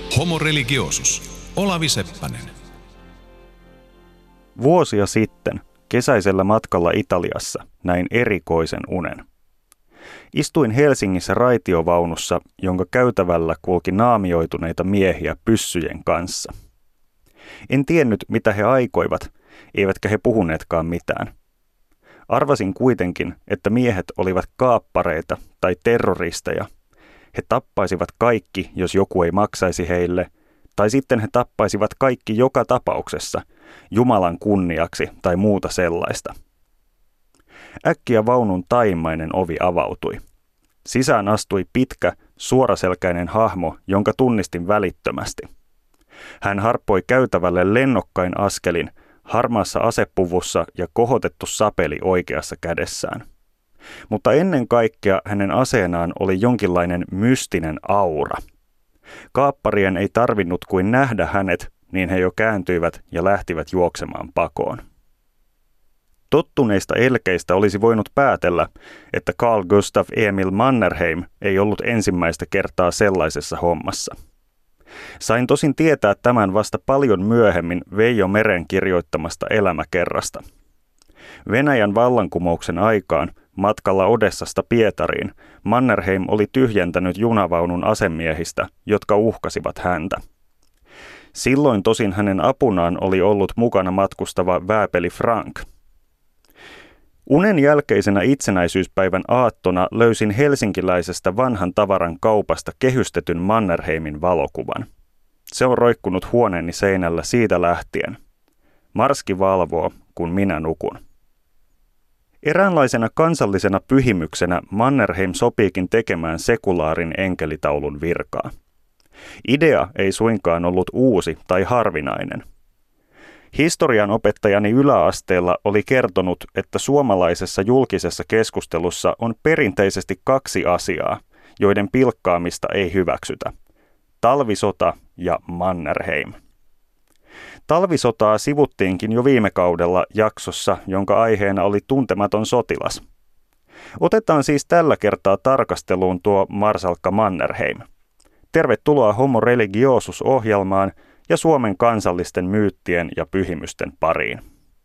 Homo religiosus. Olavi Seppänen. Vuosia sitten, kesäisellä matkalla Italiassa, näin erikoisen unen. Istuin Helsingissä raitiovaunussa, jonka käytävällä kulki naamioituneita miehiä pyssyjen kanssa. En tiennyt, mitä he aikoivat, eivätkä he puhuneetkaan mitään. Arvasin kuitenkin, että miehet olivat kaappareita tai terroristeja. He tappaisivat kaikki, jos joku ei maksaisi heille, tai sitten he tappaisivat kaikki joka tapauksessa, Jumalan kunniaksi tai muuta sellaista. Äkkiä vaunun taimainen ovi avautui. Sisään astui pitkä, suoraselkäinen hahmo, jonka tunnistin välittömästi. Hän harppoi käytävälle lennokkain askelin, harmaassa asepuvussa ja kohotettu sapeli oikeassa kädessään. Mutta ennen kaikkea hänen aseenaan oli jonkinlainen mystinen aura. Kaapparien ei tarvinnut kuin nähdä hänet, niin he jo kääntyivät ja lähtivät juoksemaan pakoon. Tottuneista elkeistä olisi voinut päätellä, että Carl Gustav Emil Mannerheim ei ollut ensimmäistä kertaa sellaisessa hommassa. Sain tosin tietää tämän vasta paljon myöhemmin Veijo Meren kirjoittamasta elämäkerrasta. Venäjän vallankumouksen aikaan matkalla Odessasta Pietariin Mannerheim oli tyhjentänyt junavaunun asemiehistä, jotka uhkasivat häntä. Silloin tosin hänen apunaan oli ollut mukana matkustava vääpeli Frank. Unen jälkeisenä itsenäisyyspäivän aattona löysin helsinkiläisestä vanhan tavaran kaupasta kehystetyn Mannerheimin valokuvan. Se on roikkunut huoneeni seinällä siitä lähtien. Marski valvoo, kun minä nukun. Eräänlaisena kansallisena pyhimyksenä Mannerheim sopiikin tekemään sekulaarin enkelitaulun virkaa. Idea ei suinkaan ollut uusi tai harvinainen. Historian opettajani yläasteella oli kertonut, että suomalaisessa julkisessa keskustelussa on perinteisesti kaksi asiaa, joiden pilkkaamista ei hyväksytä. Talvisota ja Mannerheim. Talvisotaa sivuttiinkin jo viime kaudella jaksossa, jonka aiheena oli tuntematon sotilas. Otetaan siis tällä kertaa tarkasteluun tuo marsalkka Mannerheim. Tervetuloa Homo religiosus-ohjelmaan ja Suomen kansallisten myyttien ja pyhimysten pariin.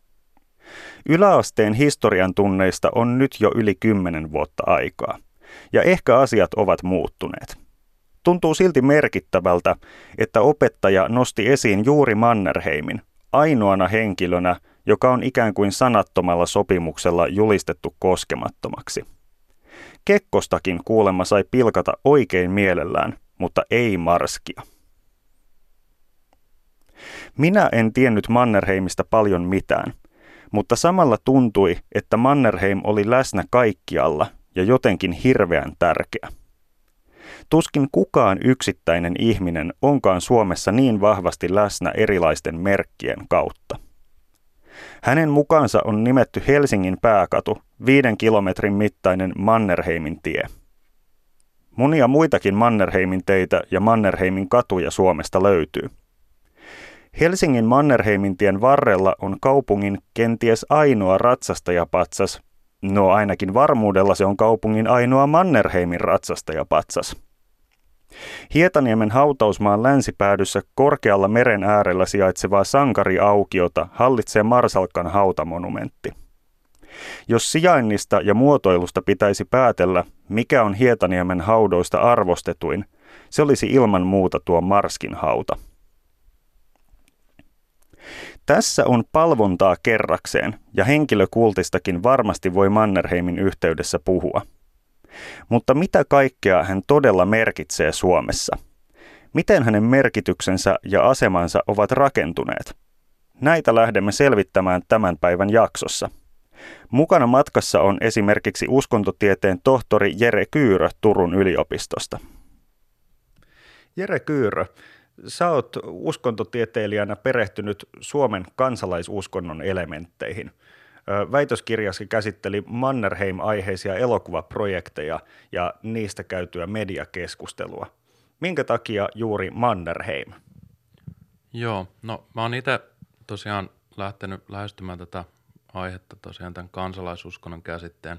Yläasteen historian tunneista on nyt jo yli 10 vuotta aikaa, ja ehkä asiat ovat muuttuneet. Tuntuu silti merkittävältä, että opettaja nosti esiin juuri Mannerheimin, ainoana henkilönä, joka on ikään kuin sanattomalla sopimuksella julistettu koskemattomaksi. Kekkostakin kuulemma sai pilkata oikein mielellään, mutta ei Marskia. Minä en tiennyt Mannerheimista paljon mitään, mutta samalla tuntui, että Mannerheim oli läsnä kaikkialla ja jotenkin hirveän tärkeä. Tuskin kukaan yksittäinen ihminen onkaan Suomessa niin vahvasti läsnä erilaisten merkkien kautta. Hänen mukaansa on nimetty Helsingin pääkatu, 5 kilometrin mittainen Mannerheimin tie. Monia muitakin Mannerheimin teitä ja Mannerheimin katuja Suomesta löytyy. Helsingin Mannerheimintien varrella on kaupungin kenties ainoa ratsastajapatsas, no ainakin varmuudella se on kaupungin ainoa Mannerheimin ratsastajapatsas. Hietaniemen hautausmaan länsipäädyssä korkealla meren äärellä sijaitsevaa sankariaukiota hallitsee marsalkkan hautamonumentti. Jos sijainnista ja muotoilusta pitäisi päätellä, mikä on Hietaniemen haudoista arvostetuin, se olisi ilman muuta tuo Marskin hauta. Tässä on palvontaa kerrakseen, ja henkilökultistakin varmasti voi Mannerheimin yhteydessä puhua. Mutta mitä kaikkea hän todella merkitsee Suomessa? Miten hänen merkityksensä ja asemansa ovat rakentuneet? Näitä lähdemme selvittämään tämän päivän jaksossa. Mukana matkassa on esimerkiksi uskontotieteen tohtori Jere Kyyrö Turun yliopistosta. Jere Kyyrö, sä oot uskontotieteilijänä perehtynyt Suomen kansalaisuskonnon elementteihin. Väitöskirjasi käsitteli Mannerheim-aiheisia elokuvaprojekteja ja niistä käytyä mediakeskustelua. Minkä takia juuri Mannerheim? Joo, no mä oon itse tosiaan lähtenyt lähestymään tätä aihetta tosiaan tämän kansalaisuskonnon käsitteen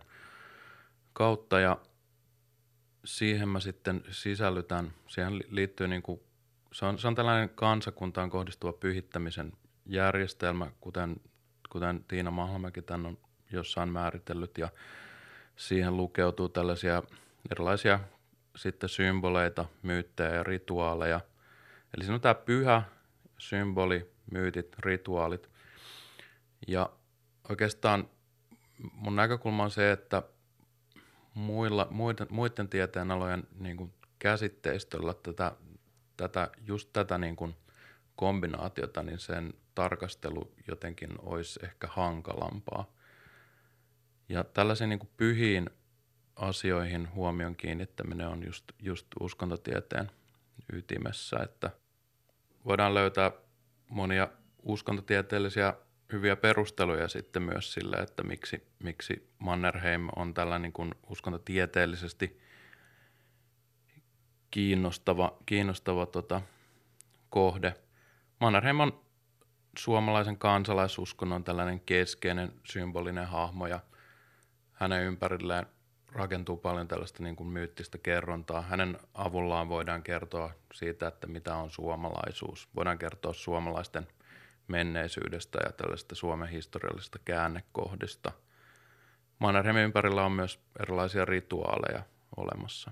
kautta ja siihen mä sitten sisällytän, siihen liittyy niin kuin se on tällainen kansakuntaan kohdistuva pyhittämisen järjestelmä, kuten Tiina Mahlamäki tämän on jossain määritellyt, ja siihen lukeutuu tällaisia erilaisia sitten symboleita, myyttejä ja rituaaleja. Eli siinä on tämä pyhä, symboli, myytit, rituaalit. Ja mun näkökulma on se, että muiden tieteenalojen niin kuin käsitteistöllä just tätä niin kuin kombinaatiota, niin sen tarkastelu jotenkin olisi ehkä hankalampaa. Ja tällaisiin niin kuin pyhiin asioihin huomion kiinnittäminen on just uskontotieteen ytimessä, että voidaan löytää monia uskontotieteellisiä hyviä perusteluja sitten myös sille, että miksi Mannerheim on tällainen niin kuin uskontotieteellisesti kiinnostava kohde. Mannerheim on suomalaisen kansalaisuskonnon tällainen keskeinen symbolinen hahmo, ja hänen ympärilleen rakentuu paljon tällaista niin kuin myyttistä kerrontaa. Hänen avullaan voidaan kertoa siitä, että mitä on suomalaisuus. Voidaan kertoa suomalaisten menneisyydestä ja tällaista Suomen historiallisesta käännekohdista. Mannerheimin ympärillä on myös erilaisia rituaaleja olemassa.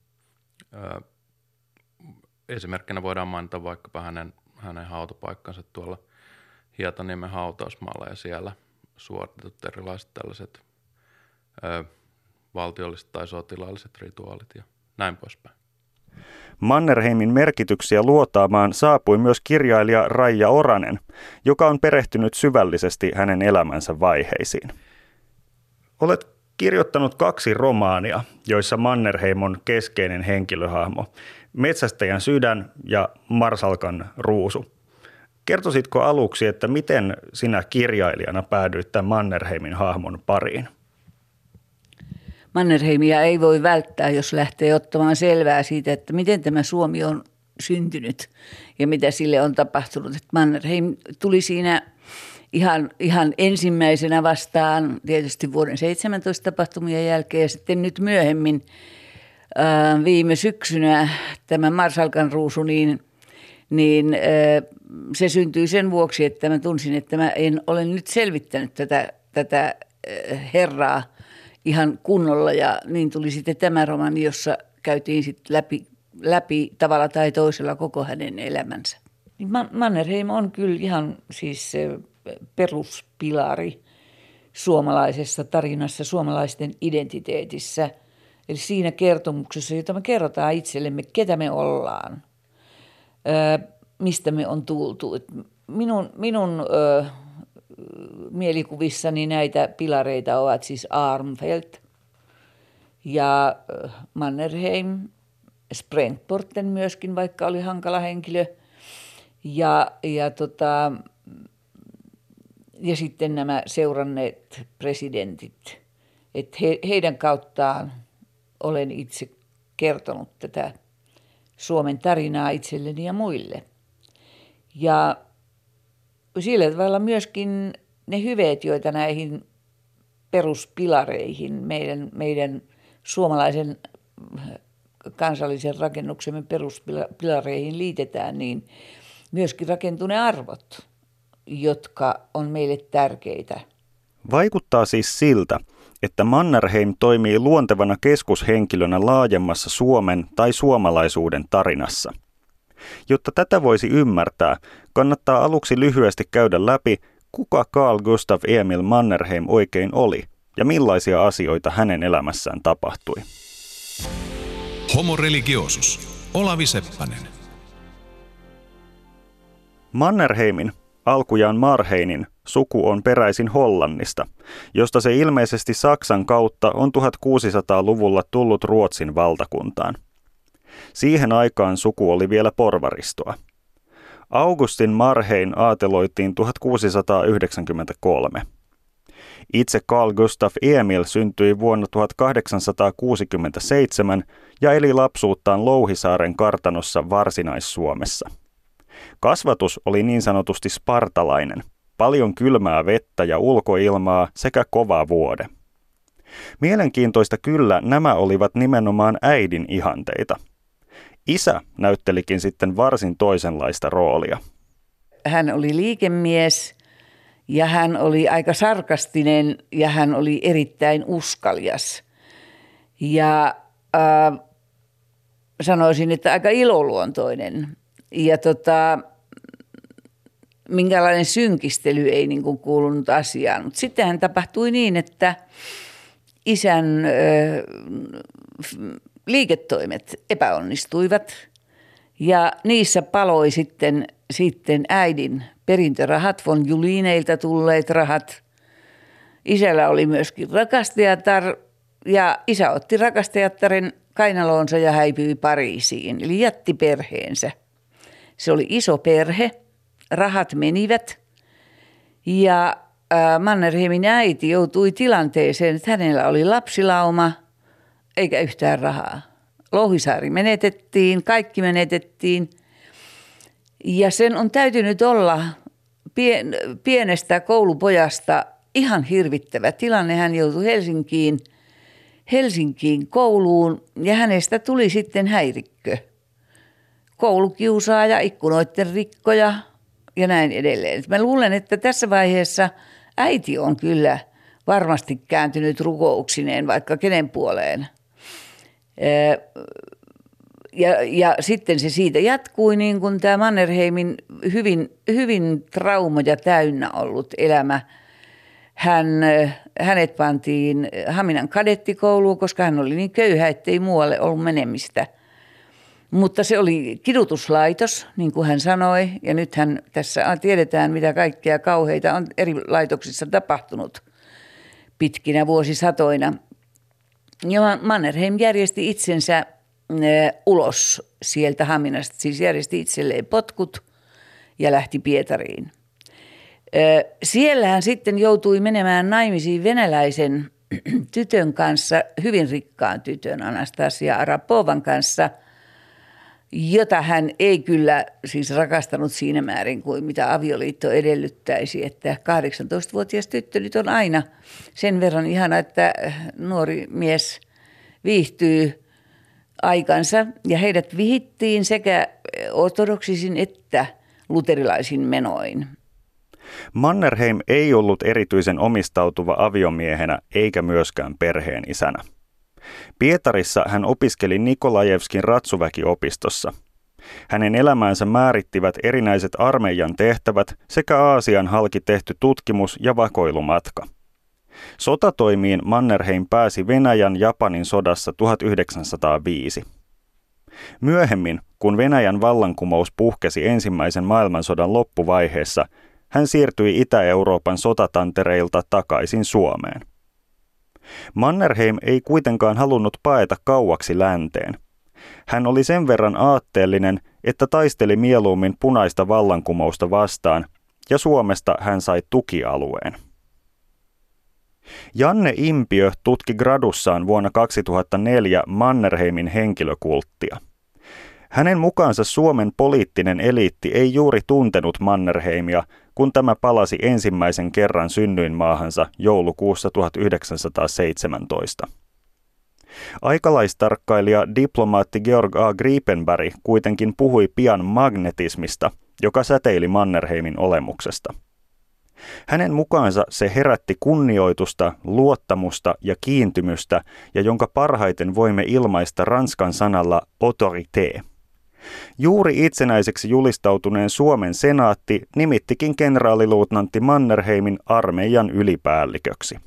Esimerkkinä voidaan mainita vaikkapa hänen hautapaikkansa tuolla Hietaniemen hautausmaalla, ja siellä suoritetut erilaiset tällaiset valtiolliset tai sotilaalliset rituaalit ja näin poispäin. Mannerheimin merkityksiä luotaamaan saapui myös kirjailija Raija Oranen, joka on perehtynyt syvällisesti hänen elämänsä vaiheisiin. Olet kirjoittanut 2 romaania, joissa Mannerheim on keskeinen henkilöhahmo, Metsästäjän sydän ja Marsalkan ruusu. Kertoisitko aluksi, että miten sinä kirjailijana päädyit tämän Mannerheimin hahmon pariin? Mannerheimia ei voi välttää, jos lähtee ottamaan selvää siitä, että miten tämä Suomi on syntynyt ja mitä sille on tapahtunut. Että Mannerheim tuli siinä ihan ensimmäisenä vastaan tietysti vuoden 17 tapahtumien jälkeen, ja sitten nyt myöhemmin viime syksynä tämä Marsalkan ruusu, niin se syntyi sen vuoksi, että mä tunsin, että mä en ole nyt selvittänyt tätä herraa ihan kunnolla, ja niin tuli sitten tämä romaani, jossa käytiin sitten läpi tavalla tai toisella koko hänen elämänsä. Mannerheim on kyllä ihan siis peruspilari suomalaisessa tarinassa, suomalaisten identiteetissä. Eli siinä kertomuksessa, jota me kerrotaan itsellemme, ketä me ollaan, mistä me on tultu. Minun mielikuvissani näitä pilareita ovat siis Armfelt ja Mannerheim, Sprengtporten myöskin, vaikka oli hankala henkilö, ja sitten nämä seuranneet presidentit. Että heidän kauttaan olen itse kertonut tätä Suomen tarinaa itselleni ja muille. Ja sillä tavalla myöskin ne hyveet, joita näihin peruspilareihin, meidän suomalaisen kansallisen rakennuksemme peruspilareihin liitetään, niin myöskin rakentuu ne arvot, jotka on meille tärkeitä. Vaikuttaa siis siltä, että Mannerheim toimii luontevana keskushenkilönä laajemmassa Suomen tai suomalaisuuden tarinassa. Jotta tätä voisi ymmärtää, kannattaa aluksi lyhyesti käydä läpi, kuka Carl Gustaf Emil Mannerheim oikein oli ja millaisia asioita hänen elämässään tapahtui. Homo religiosus. Olavi Seppänen. Mannerheimin, alkujaan Marheinin, suku on peräisin Hollannista, josta se ilmeisesti Saksan kautta on 1600-luvulla tullut Ruotsin valtakuntaan. Siihen aikaan suku oli vielä porvaristoa. Augustin Marhein aateloitiin 1693. Itse Carl Gustaf Emil syntyi vuonna 1867 ja eli lapsuuttaan Louhisaaren kartanossa Varsinais-Suomessa. Kasvatus oli niin sanotusti spartalainen, paljon kylmää vettä ja ulkoilmaa sekä kova vuode. Mielenkiintoista kyllä nämä olivat nimenomaan äidin ihanteita. Isä näyttelikin sitten varsin toisenlaista roolia. Hän oli liikemies ja hän oli aika sarkastinen ja hän oli erittäin uskaljas. Ja sanoisin, että aika iloluontoinen. Ja minkälainen synkistely ei niin kuin kuulunut asiaan. Mutta sittenhän tapahtui niin, että isän liiketoimet epäonnistuivat ja niissä paloi sitten äidin perintörahat, von Julineilta tulleet rahat. Isällä oli myöskin rakastajatar ja isä otti rakastajattaren kainaloonsa ja häipyi Pariisiin, eli jätti perheensä. Se oli iso perhe, rahat menivät ja Mannerheimin äiti joutui tilanteeseen, että hänellä oli lapsilauma eikä yhtään rahaa. Louhisaari menetettiin, kaikki menetettiin ja sen on täytynyt olla pienestä koulupojasta ihan hirvittävä tilanne. Hän joutui Helsinkiin kouluun ja hänestä tuli sitten häirikkö. Koulukiusaaja, ikkunoiden rikkoja ja näin edelleen. Mä luulen, että tässä vaiheessa äiti on kyllä varmasti kääntynyt rukouksineen vaikka kenen puoleen. Ja sitten se siitä jatkui niin kuin tämä Mannerheimin hyvin traumoja täynnä ollut elämä. Hänet pantiin Haminan kadettikouluun, koska hän oli niin köyhä, ettei muualle ollut menemistä. Mutta se oli kidutuslaitos, niin kuin hän sanoi, ja nythän tässä tiedetään, mitä kaikkea kauheita on eri laitoksissa tapahtunut pitkinä vuosisatoina. Ja Mannerheim järjesti itsensä ulos sieltä Haminasta, siis järjesti itselleen potkut ja lähti Pietariin. Siellä hän sitten joutui menemään naimisiin venäläisen tytön kanssa, hyvin rikkaan tytön Anastasia Arapovan kanssa, jota hän ei kyllä siis rakastanut siinä määrin kuin mitä avioliitto edellyttäisi, että 18-vuotias tyttö nyt on aina sen verran ihana, että nuori mies viihtyy aikansa ja heidät vihittiin sekä ortodoksisin että luterilaisin menoin. Mannerheim ei ollut erityisen omistautuva aviomiehenä eikä myöskään perheen isänä. Pietarissa hän opiskeli Nikolajevskin ratsuväkiopistossa. Hänen elämäänsä määrittivät erinäiset armeijan tehtävät sekä Aasian halki tehty tutkimus- ja vakoilumatka. Sotatoimiin Mannerheim pääsi Venäjän-Japanin sodassa 1905. Myöhemmin, kun Venäjän vallankumous puhkesi ensimmäisen maailmansodan loppuvaiheessa, hän siirtyi Itä-Euroopan sotatantereilta takaisin Suomeen. Mannerheim ei kuitenkaan halunnut paeta kauaksi länteen. Hän oli sen verran aatteellinen, että taisteli mieluummin punaista vallankumousta vastaan, ja Suomesta hän sai tukialueen. Janne Impiö tutki gradussaan vuonna 2004 Mannerheimin henkilökulttia. Hänen mukaansa Suomen poliittinen eliitti ei juuri tuntenut Mannerheimia, kun tämä palasi ensimmäisen kerran synnyinmaahansa joulukuussa 1917. Aikalaistarkkailija diplomaatti Georg A. Gripenberg kuitenkin puhui pian magnetismista, joka säteili Mannerheimin olemuksesta. Hänen mukaansa se herätti kunnioitusta, luottamusta ja kiintymystä, ja jonka parhaiten voimme ilmaista ranskan sanalla autorité. Juuri itsenäiseksi julistautuneen Suomen senaatti nimittikin kenraaliluutnantti Mannerheimin armeijan ylipäälliköksi.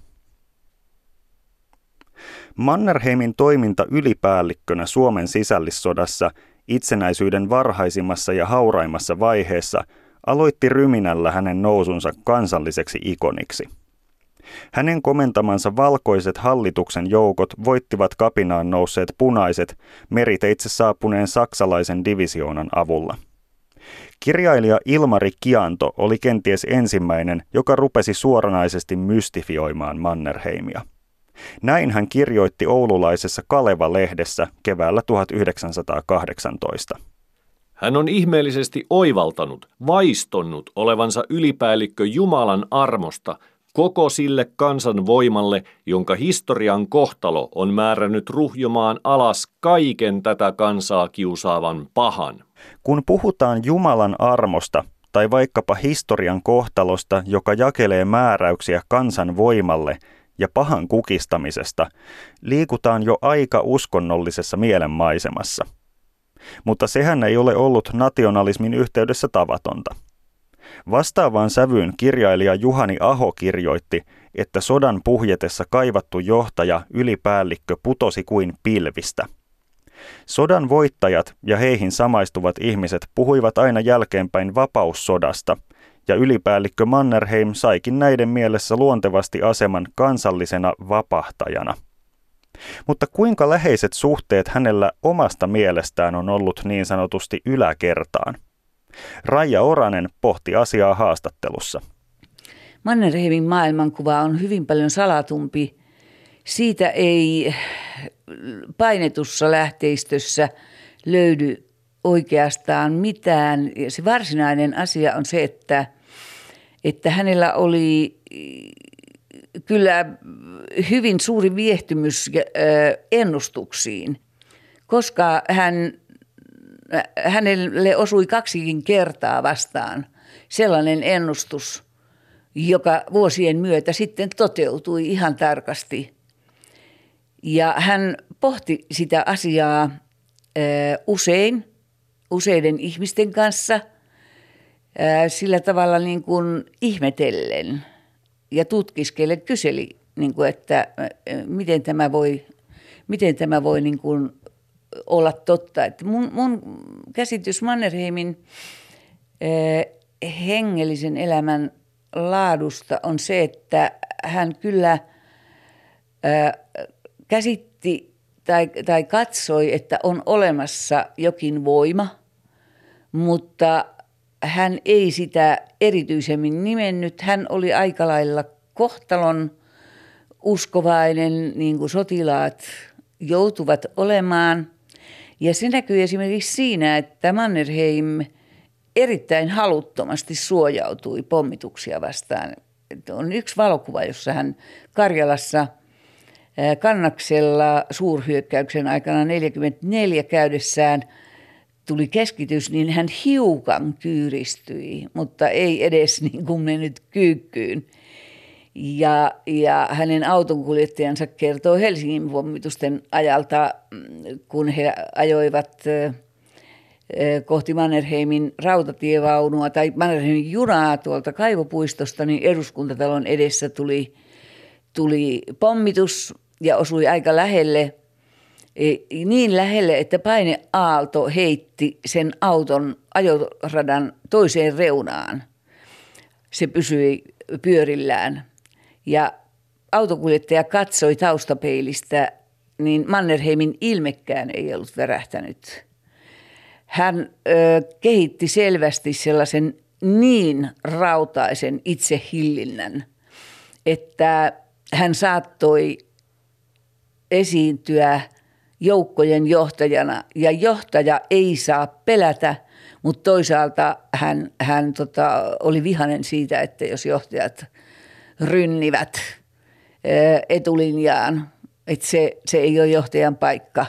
Mannerheimin toiminta ylipäällikkönä Suomen sisällissodassa itsenäisyyden varhaisimmassa ja hauraimmassa vaiheessa aloitti ryminällä hänen nousunsa kansalliseksi ikoniksi. Hänen komentamansa valkoiset hallituksen joukot voittivat kapinaan nousseet punaiset meriteitse saapuneen saksalaisen divisioonan avulla. Kirjailija Ilmari Kianto oli kenties ensimmäinen, joka rupesi suoranaisesti mystifioimaan Mannerheimia. Näin hän kirjoitti oululaisessa Kaleva-lehdessä keväällä 1918. Hän on ihmeellisesti oivaltanut, vaistonnut olevansa ylipäällikkö Jumalan armosta, koko sille kansan voimalle, jonka historian kohtalo on määrännyt ruhjomaan alas kaiken tätä kansaa kiusaavan pahan. Kun puhutaan Jumalan armosta tai vaikkapa historian kohtalosta, joka jakelee määräyksiä kansan voimalle ja pahan kukistamisesta, liikutaan jo aika uskonnollisessa mielenmaisemassa. Mutta sehän ei ole ollut nationalismin yhteydessä tavatonta. Vastaavaan sävyyn kirjailija Juhani Aho kirjoitti, että sodan puhjetessa kaivattu johtaja ylipäällikkö putosi kuin pilvistä. Sodan voittajat ja heihin samaistuvat ihmiset puhuivat aina jälkeenpäin vapaussodasta, ja ylipäällikkö Mannerheim saikin näiden mielessä luontevasti aseman kansallisena vapahtajana. Mutta kuinka läheiset suhteet hänellä omasta mielestään on ollut niin sanotusti yläkertaan? Raija Oranen pohti asiaa haastattelussa. Mannerheimin maailmankuva on hyvin paljon salatumpi. Siitä ei painetussa lähteistössä löydy oikeastaan mitään. Se varsinainen asia on se, että hänellä oli kyllä hyvin suuri viehtymys ennustuksiin, koska hänelle osui 2 kertaa vastaan sellainen ennustus, joka vuosien myötä sitten toteutui ihan tarkasti. Ja hän pohti sitä asiaa useiden ihmisten kanssa sillä tavalla niin kuin ihmetellen ja tutkiskellen kyseli, niin kuin, että miten tämä voi niin kuin olla totta. Että mun käsitys Mannerheimin hengellisen elämän laadusta on se, että hän kyllä käsitti tai katsoi, että on olemassa jokin voima, mutta hän ei sitä erityisemmin nimennyt. Hän oli aika lailla kohtalon uskovainen, niin kuin sotilaat joutuvat olemaan. Ja se näkyy esimerkiksi siinä, että Mannerheim erittäin haluttomasti suojautui pommituksia vastaan. On yksi valokuva, jossa hän Karjalassa Kannaksella suurhyökkäyksen aikana 1944 käydessään tuli keskitys, niin hän hiukan kyyristyi, mutta ei edes niin kuin mennyt kyykkyyn. Ja hänen autonkuljettajansa kertoo Helsingin pommitusten ajalta, kun he ajoivat kohti Mannerheimin rautatievaunua tai Mannerheimin junaa tuolta Kaivopuistosta, niin Eduskuntatalon edessä tuli pommitus ja osui aika lähelle, niin lähelle, että paineaalto heitti sen auton ajoradan toiseen reunaan. Se pysyi pyörillään ja autokuljettaja katsoi taustapeilistä, niin Mannerheimin ilmekään ei ollut värähtänyt. Hän kehitti selvästi sellaisen niin rautaisen itsehillinnän, että hän saattoi esiintyä joukkojen johtajana, ja johtaja ei saa pelätä, mutta toisaalta hän oli vihainen siitä, että jos johtajat rynnivät etulinjaan, että se ei ole johtajan paikka.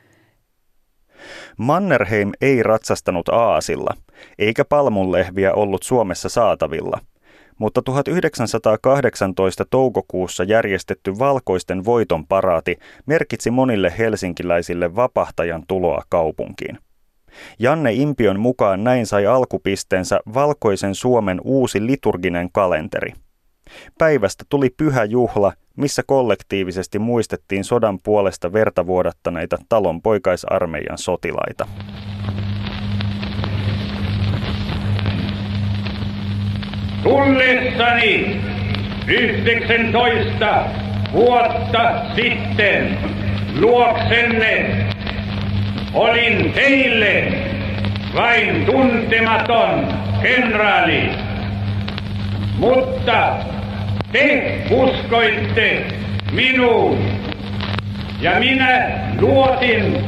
Mannerheim ei ratsastanut aasilla, eikä palmunlehviä ollut Suomessa saatavilla, mutta 1918 toukokuussa järjestetty valkoisten voitonparaati merkitsi monille helsinkiläisille vapahtajan tuloa kaupunkiin. Janne Impiön mukaan näin sai alkupisteensä valkoisen Suomen uusi liturginen kalenteri. Päivästä tuli pyhä juhla, missä kollektiivisesti muistettiin sodan puolesta verta vuodattaneita talonpoikaisarmeijan sotilaita. Tullessani 19 vuotta sitten luoksenne olin teille vain tuntematon kenraali, mutta te uskoitte minuun ja minä luotin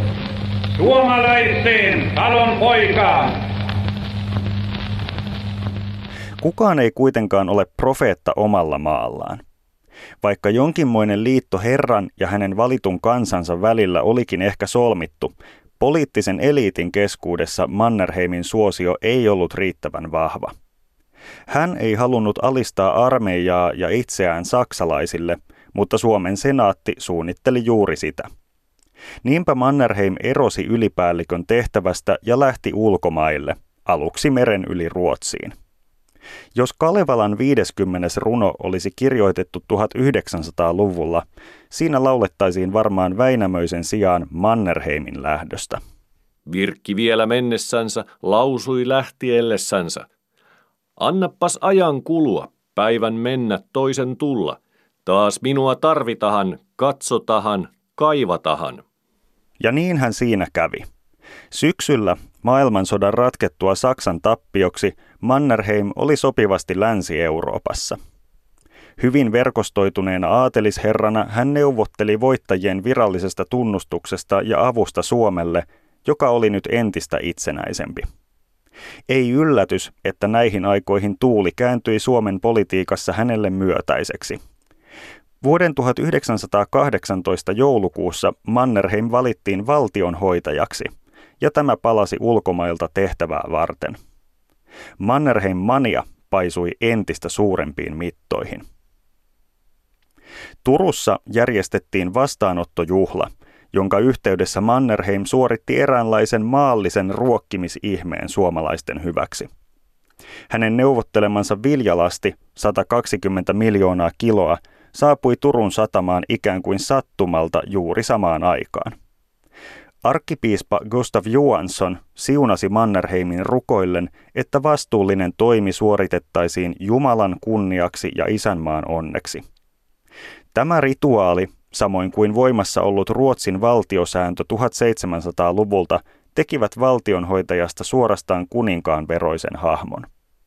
suomalaiseen talonpoikaan. Kukaan ei kuitenkaan ole profeetta omalla maallaan. Vaikka jonkinmoinen liitto Herran ja hänen valitun kansansa välillä olikin ehkä solmittu, poliittisen eliitin keskuudessa Mannerheimin suosio ei ollut riittävän vahva. Hän ei halunnut alistaa armeijaa ja itseään saksalaisille, mutta Suomen senaatti suunnitteli juuri sitä. Niinpä Mannerheim erosi ylipäällikön tehtävästä ja lähti ulkomaille, aluksi meren yli Ruotsiin. Jos Kalevalan 50. runo olisi kirjoitettu 1900-luvulla, siinä laulettaisiin varmaan Väinämöisen sijaan Mannerheimin lähdöstä. Virkki vielä mennessänsä lausui lähtiellessänsä. Annapas ajan kulua, päivän mennä toisen tulla. Taas minua tarvitahan, katsotahan, kaivatahan. Ja niinhän siinä kävi. Syksyllä maailmansodan ratkettua Saksan tappioksi Mannerheim oli sopivasti Länsi-Euroopassa. Hyvin verkostoituneena aatelisherrana hän neuvotteli voittajien virallisesta tunnustuksesta ja avusta Suomelle, joka oli nyt entistä itsenäisempi. Ei yllätys, että näihin aikoihin tuuli kääntyi Suomen politiikassa hänelle myötäiseksi. Vuoden 1918 joulukuussa Mannerheim valittiin valtionhoitajaksi, ja tämä palasi ulkomailta tehtävää varten. Mannerheim-mania paisui entistä suurempiin mittoihin. Turussa järjestettiin vastaanottojuhla, jonka yhteydessä Mannerheim suoritti eräänlaisen maallisen ruokkimisihmeen suomalaisten hyväksi. Hänen neuvottelemansa viljalasti, 120 miljoonaa kiloa, saapui Turun satamaan ikään kuin sattumalta juuri samaan aikaan. Arkkipiispa Gustav Johansson siunasi Mannerheimin rukoillen, että vastuullinen toimi suoritettaisiin Jumalan kunniaksi ja isänmaan onneksi. Tämä rituaali, samoin kuin voimassa ollut Ruotsin valtiosääntö 1700-luvulta, tekivät valtionhoitajasta suorastaan kuninkaan veroisen hahmon.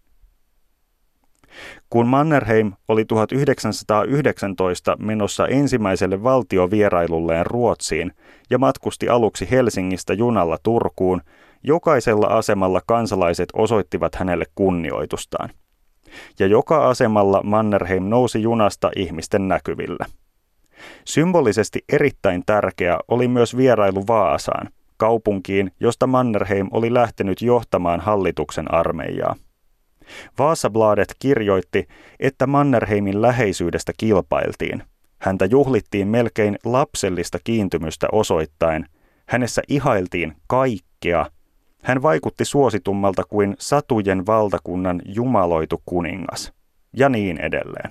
Kun Mannerheim oli 1919 menossa ensimmäiselle valtiovierailulleen Ruotsiin ja matkusti aluksi Helsingistä junalla Turkuun, jokaisella asemalla kansalaiset osoittivat hänelle kunnioitustaan. Ja joka asemalla Mannerheim nousi junasta ihmisten näkyville. Symbolisesti erittäin tärkeä oli myös vierailu Vaasaan, kaupunkiin, josta Mannerheim oli lähtenyt johtamaan hallituksen armeijaa. Vasabladet kirjoitti, että Mannerheimin läheisyydestä kilpailtiin. Häntä juhlittiin melkein lapsellista kiintymystä osoittaen. Hänessä ihailtiin kaikkea. Hän vaikutti suositummalta kuin satujen valtakunnan jumaloitu kuningas. Ja niin edelleen.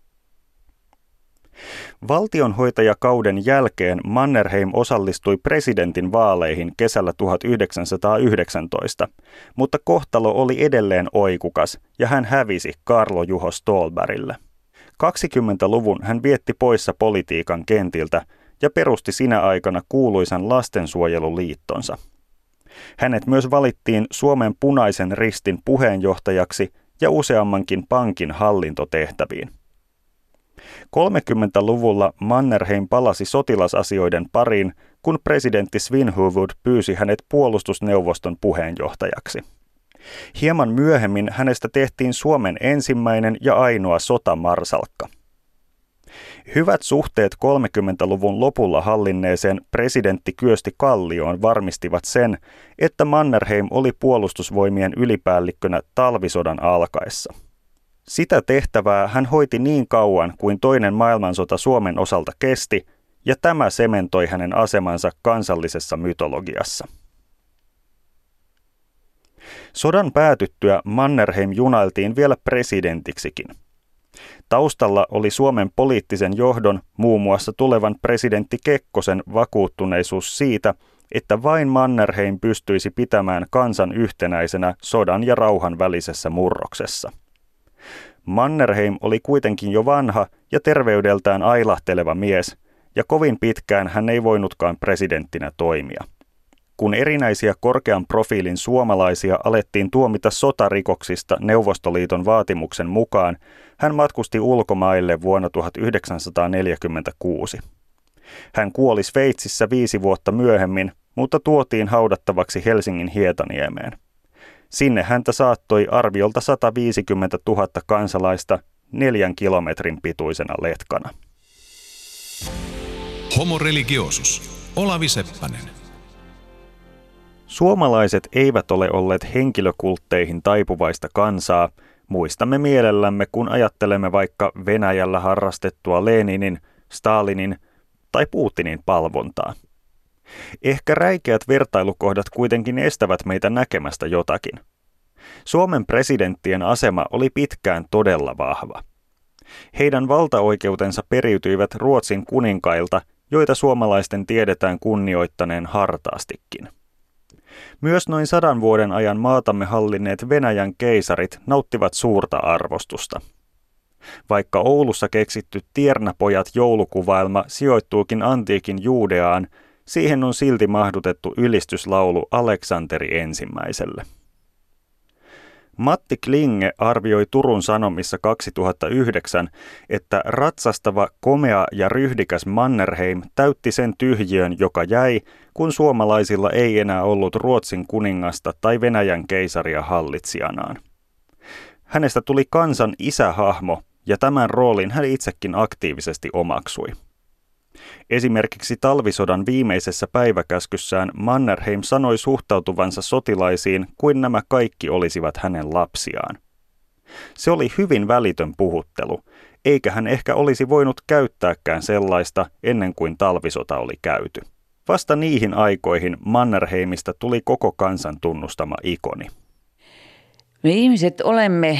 Valtionhoitajakauden jälkeen Mannerheim osallistui presidentin vaaleihin kesällä 1919, mutta kohtalo oli edelleen oikukas ja hän hävisi Carlo Juho Ståhlbergille. 20-luvun hän vietti poissa politiikan kentiltä ja perusti sinä aikana kuuluisan lastensuojeluliittonsa. Hänet myös valittiin Suomen Punaisen Ristin puheenjohtajaksi ja useammankin pankin hallintotehtäviin. 30-luvulla Mannerheim palasi sotilasasioiden pariin, kun presidentti Svinhufvud pyysi hänet puolustusneuvoston puheenjohtajaksi. Hieman myöhemmin hänestä tehtiin Suomen ensimmäinen ja ainoa sotamarsalkka. Hyvät suhteet 30-luvun lopulla hallinneeseen presidentti Kyösti Kallioon varmistivat sen, että Mannerheim oli puolustusvoimien ylipäällikkönä talvisodan alkaessa. Sitä tehtävää hän hoiti niin kauan kuin toinen maailmansota Suomen osalta kesti, ja tämä sementoi hänen asemansa kansallisessa mytologiassa. Sodan päätyttyä Mannerheim junailtiin vielä presidentiksikin. Taustalla oli Suomen poliittisen johdon, muun muassa tulevan presidentti Kekkosen vakuuttuneisuus siitä, että vain Mannerheim pystyisi pitämään kansan yhtenäisenä sodan ja rauhan välisessä murroksessa. Mannerheim oli kuitenkin jo vanha ja terveydeltään ailahteleva mies, ja kovin pitkään hän ei voinutkaan presidenttinä toimia. Kun erinäisiä korkean profiilin suomalaisia alettiin tuomita sotarikoksista Neuvostoliiton vaatimuksen mukaan, hän matkusti ulkomaille vuonna 1946. Hän kuoli Sveitsissä 5 vuotta myöhemmin, mutta tuotiin haudattavaksi Helsingin Hietaniemeen. Sinne häntä saattoi arviolta 150 000 kansalaista 4 kilometrin pituisena letkana. Homo religiosus. Olavi Seppänen. Suomalaiset eivät ole olleet henkilökultteihin taipuvaista kansaa. Muistamme mielellämme, kun ajattelemme vaikka Venäjällä harrastettua Leninin, Stalinin tai Putinin palvontaa. Ehkä räikeät vertailukohdat kuitenkin estävät meitä näkemästä jotakin. Suomen presidenttien asema oli pitkään todella vahva. Heidän valtaoikeutensa periytyivät Ruotsin kuninkailta, joita suomalaisten tiedetään kunnioittaneen hartaastikin. Myös noin 100 vuoden ajan maatamme hallinneet Venäjän keisarit nauttivat suurta arvostusta. Vaikka Oulussa keksitty Tiernäpojat joulukuvaelma sijoittuukin antiikin Juudeaan, siihen on silti mahdutettu ylistyslaulu Aleksanteri ensimmäiselle. Matti Klinge arvioi Turun Sanomissa 2009, että ratsastava, komea ja ryhdikäs Mannerheim täytti sen tyhjiön, joka jäi, kun suomalaisilla ei enää ollut Ruotsin kuningasta tai Venäjän keisaria hallitsijanaan. Hänestä tuli kansan isähahmo, ja tämän roolin hän itsekin aktiivisesti omaksui. Esimerkiksi talvisodan viimeisessä päiväkäskyssään Mannerheim sanoi suhtautuvansa sotilaisiin kuin nämä kaikki olisivat hänen lapsiaan. Se oli hyvin välitön puhuttelu, eikä hän ehkä olisi voinut käyttääkään sellaista ennen kuin talvisota oli käyty. Vasta niihin aikoihin Mannerheimista tuli koko kansan tunnustama ikoni. Me ihmiset olemme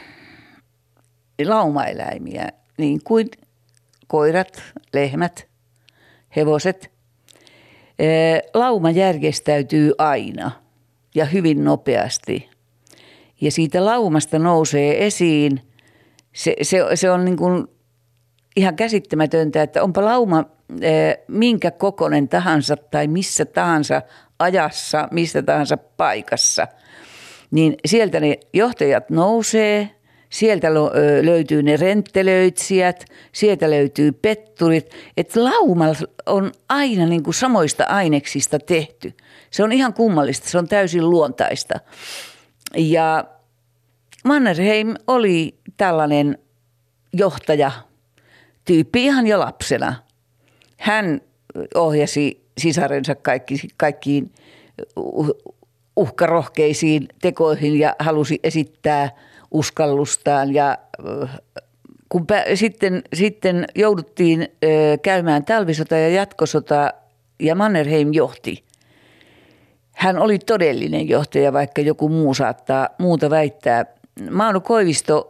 laumaeläimiä, niin kuin koirat, lehmät, hevoset. Lauma järjestäytyy aina ja hyvin nopeasti. Ja siitä laumasta nousee esiin. Se on niin kuin ihan käsittämätöntä, että onpa lauma minkä kokoinen tahansa tai missä tahansa ajassa, missä tahansa paikassa. Niin sieltä ne johtajat nousee. Sieltä löytyy ne renttelöitsijät, sieltä löytyy petturit. Että lauma on aina niin kuin samoista aineksista tehty. Se on ihan kummallista, se on täysin luontaista. Ja Mannerheim oli tällainen johtajatyyppi ihan jo lapsena. Hän ohjasi sisarensa kaikkiin uhkarohkeisiin tekoihin ja halusi esittää uskallustaan ja kun sitten jouduttiin käymään talvisota ja jatkosota ja Mannerheim johti. Hän oli todellinen johtaja, vaikka joku muu saattaa muuta väittää. Mauno Koivisto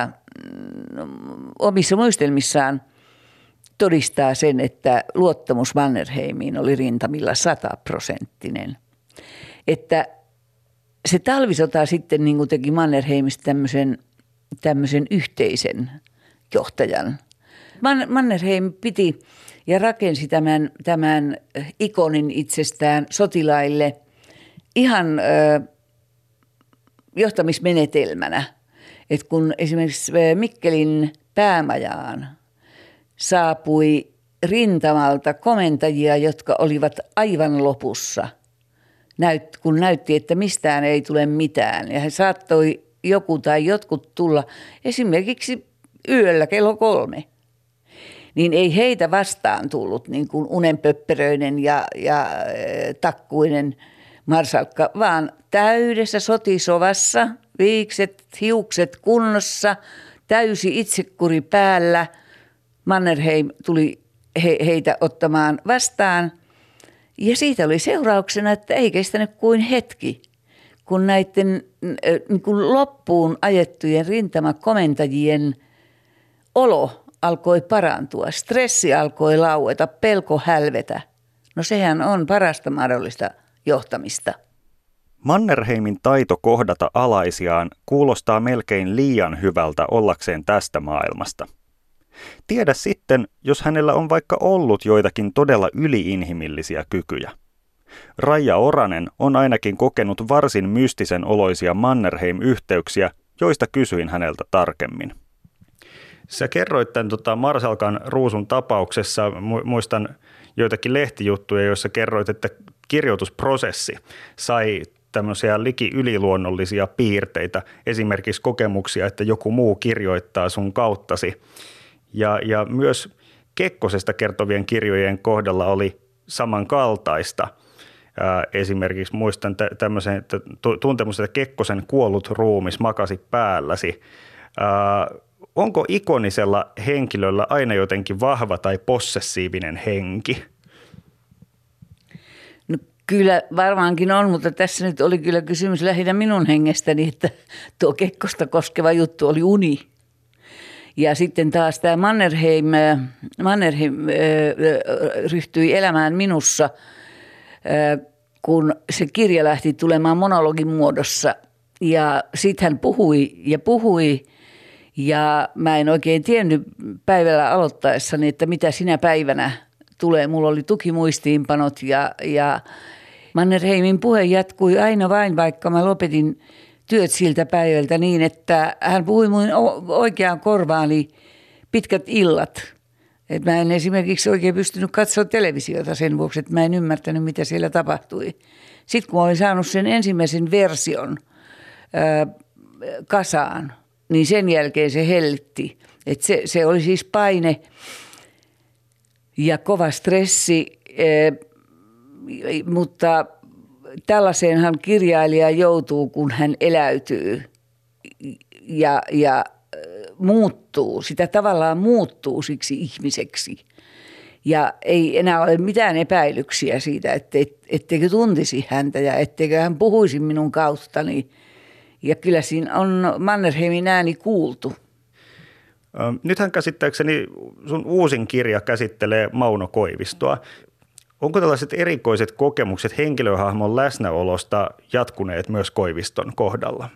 omissa muistelmissaan todistaa sen, että luottamus Mannerheimiin oli rintamilla 100%. Että se talvisota sitten niin kuin teki Mannerheimista tämmöisen yhteisen johtajan. Mannerheim piti ja rakensi tämän ikonin itsestään sotilaille ihan johtamismenetelmänä. Et kun esimerkiksi Mikkelin päämajaan saapui rintamalta komentajia, jotka olivat aivan lopussa, kun näytti, että mistään ei tule mitään. Ja he saattoi joku tai jotkut tulla esimerkiksi yöllä kello 3. Niin ei heitä vastaan tullut niin kuin unenpöpperöinen ja takkuinen marsalkka, vaan täydessä sotisovassa, viikset, hiukset kunnossa, täysi itsekuri päällä. Mannerheim tuli heitä ottamaan vastaan. Ja siitä oli seurauksena, että ei kestänyt kuin hetki, kun näiden niin kuin loppuun ajettujen rintamakomentajien olo alkoi parantua. Stressi alkoi laueta, pelko hälvetä. No sehän on parasta mahdollista johtamista. Mannerheimin taito kohdata alaisiaan kuulostaa melkein liian hyvältä ollakseen tästä maailmasta. Tiedä sitten, jos hänellä on vaikka ollut joitakin todella yliinhimillisiä kykyjä. Raija Oranen on ainakin kokenut varsin mystisen oloisia Mannerheim-yhteyksiä, joista kysyin häneltä tarkemmin. Sä kerroit tämän marsalkan Ruusun tapauksessa, muistan joitakin lehtijuttuja, joissa kerroit, että kirjoitusprosessi sai tämmöisiä liki yliluonnollisia piirteitä, esimerkiksi kokemuksia, että joku muu kirjoittaa sun kauttasi. Ja myös Kekkosesta kertovien kirjojen kohdalla oli samankaltaista. Esimerkiksi muistan tämmöisen tuntemus, että Kekkosen kuollut ruumis makasi päälläsi. Onko ikonisella henkilöllä aina jotenkin vahva tai possessiivinen henki? No, kyllä varmaankin on, mutta tässä nyt oli kyllä kysymys lähinnä minun hengestäni, että tuo Kekkosta koskeva juttu oli uni. Ja sitten taas tämä Mannerheim ryhtyi elämään minussa, kun se kirja lähti tulemaan monologin muodossa. Ja sitten hän puhui ja mä en oikein tiennyt päivällä aloittaessani, että mitä sinä päivänä tulee. Mulla oli tukimuistiinpanot ja Mannerheimin puhe jatkui aina vain, vaikka mä lopetin työt siltä päivältä niin, että hän puhui mun oikeaan korvaani pitkät illat. Et mä en esimerkiksi oikein pystynyt katsoa televisiota sen vuoksi, että mä en ymmärtänyt, mitä siellä tapahtui. Sitten kun olin saanut sen ensimmäisen version kasaan, niin sen jälkeen se hellitti. Et se oli siis paine ja kova stressi, mutta tällaiseenhan kirjailija joutuu, kun hän eläytyy ja muuttuu. Sitä tavallaan muuttuu siksi ihmiseksi. Ja ei enää ole mitään epäilyksiä siitä, etteikö tuntisi häntä ja etteikö hän puhuisi minun kaustani. Ja kyllä siinä on Mannerheimin ääni kuultu. Nythän käsittääkseni sun uusin kirja käsittelee Mauno Koivistoa. Onko tällaiset erikoiset kokemukset henkilöhahmon läsnäolosta jatkuneet myös Koiviston kohdalla?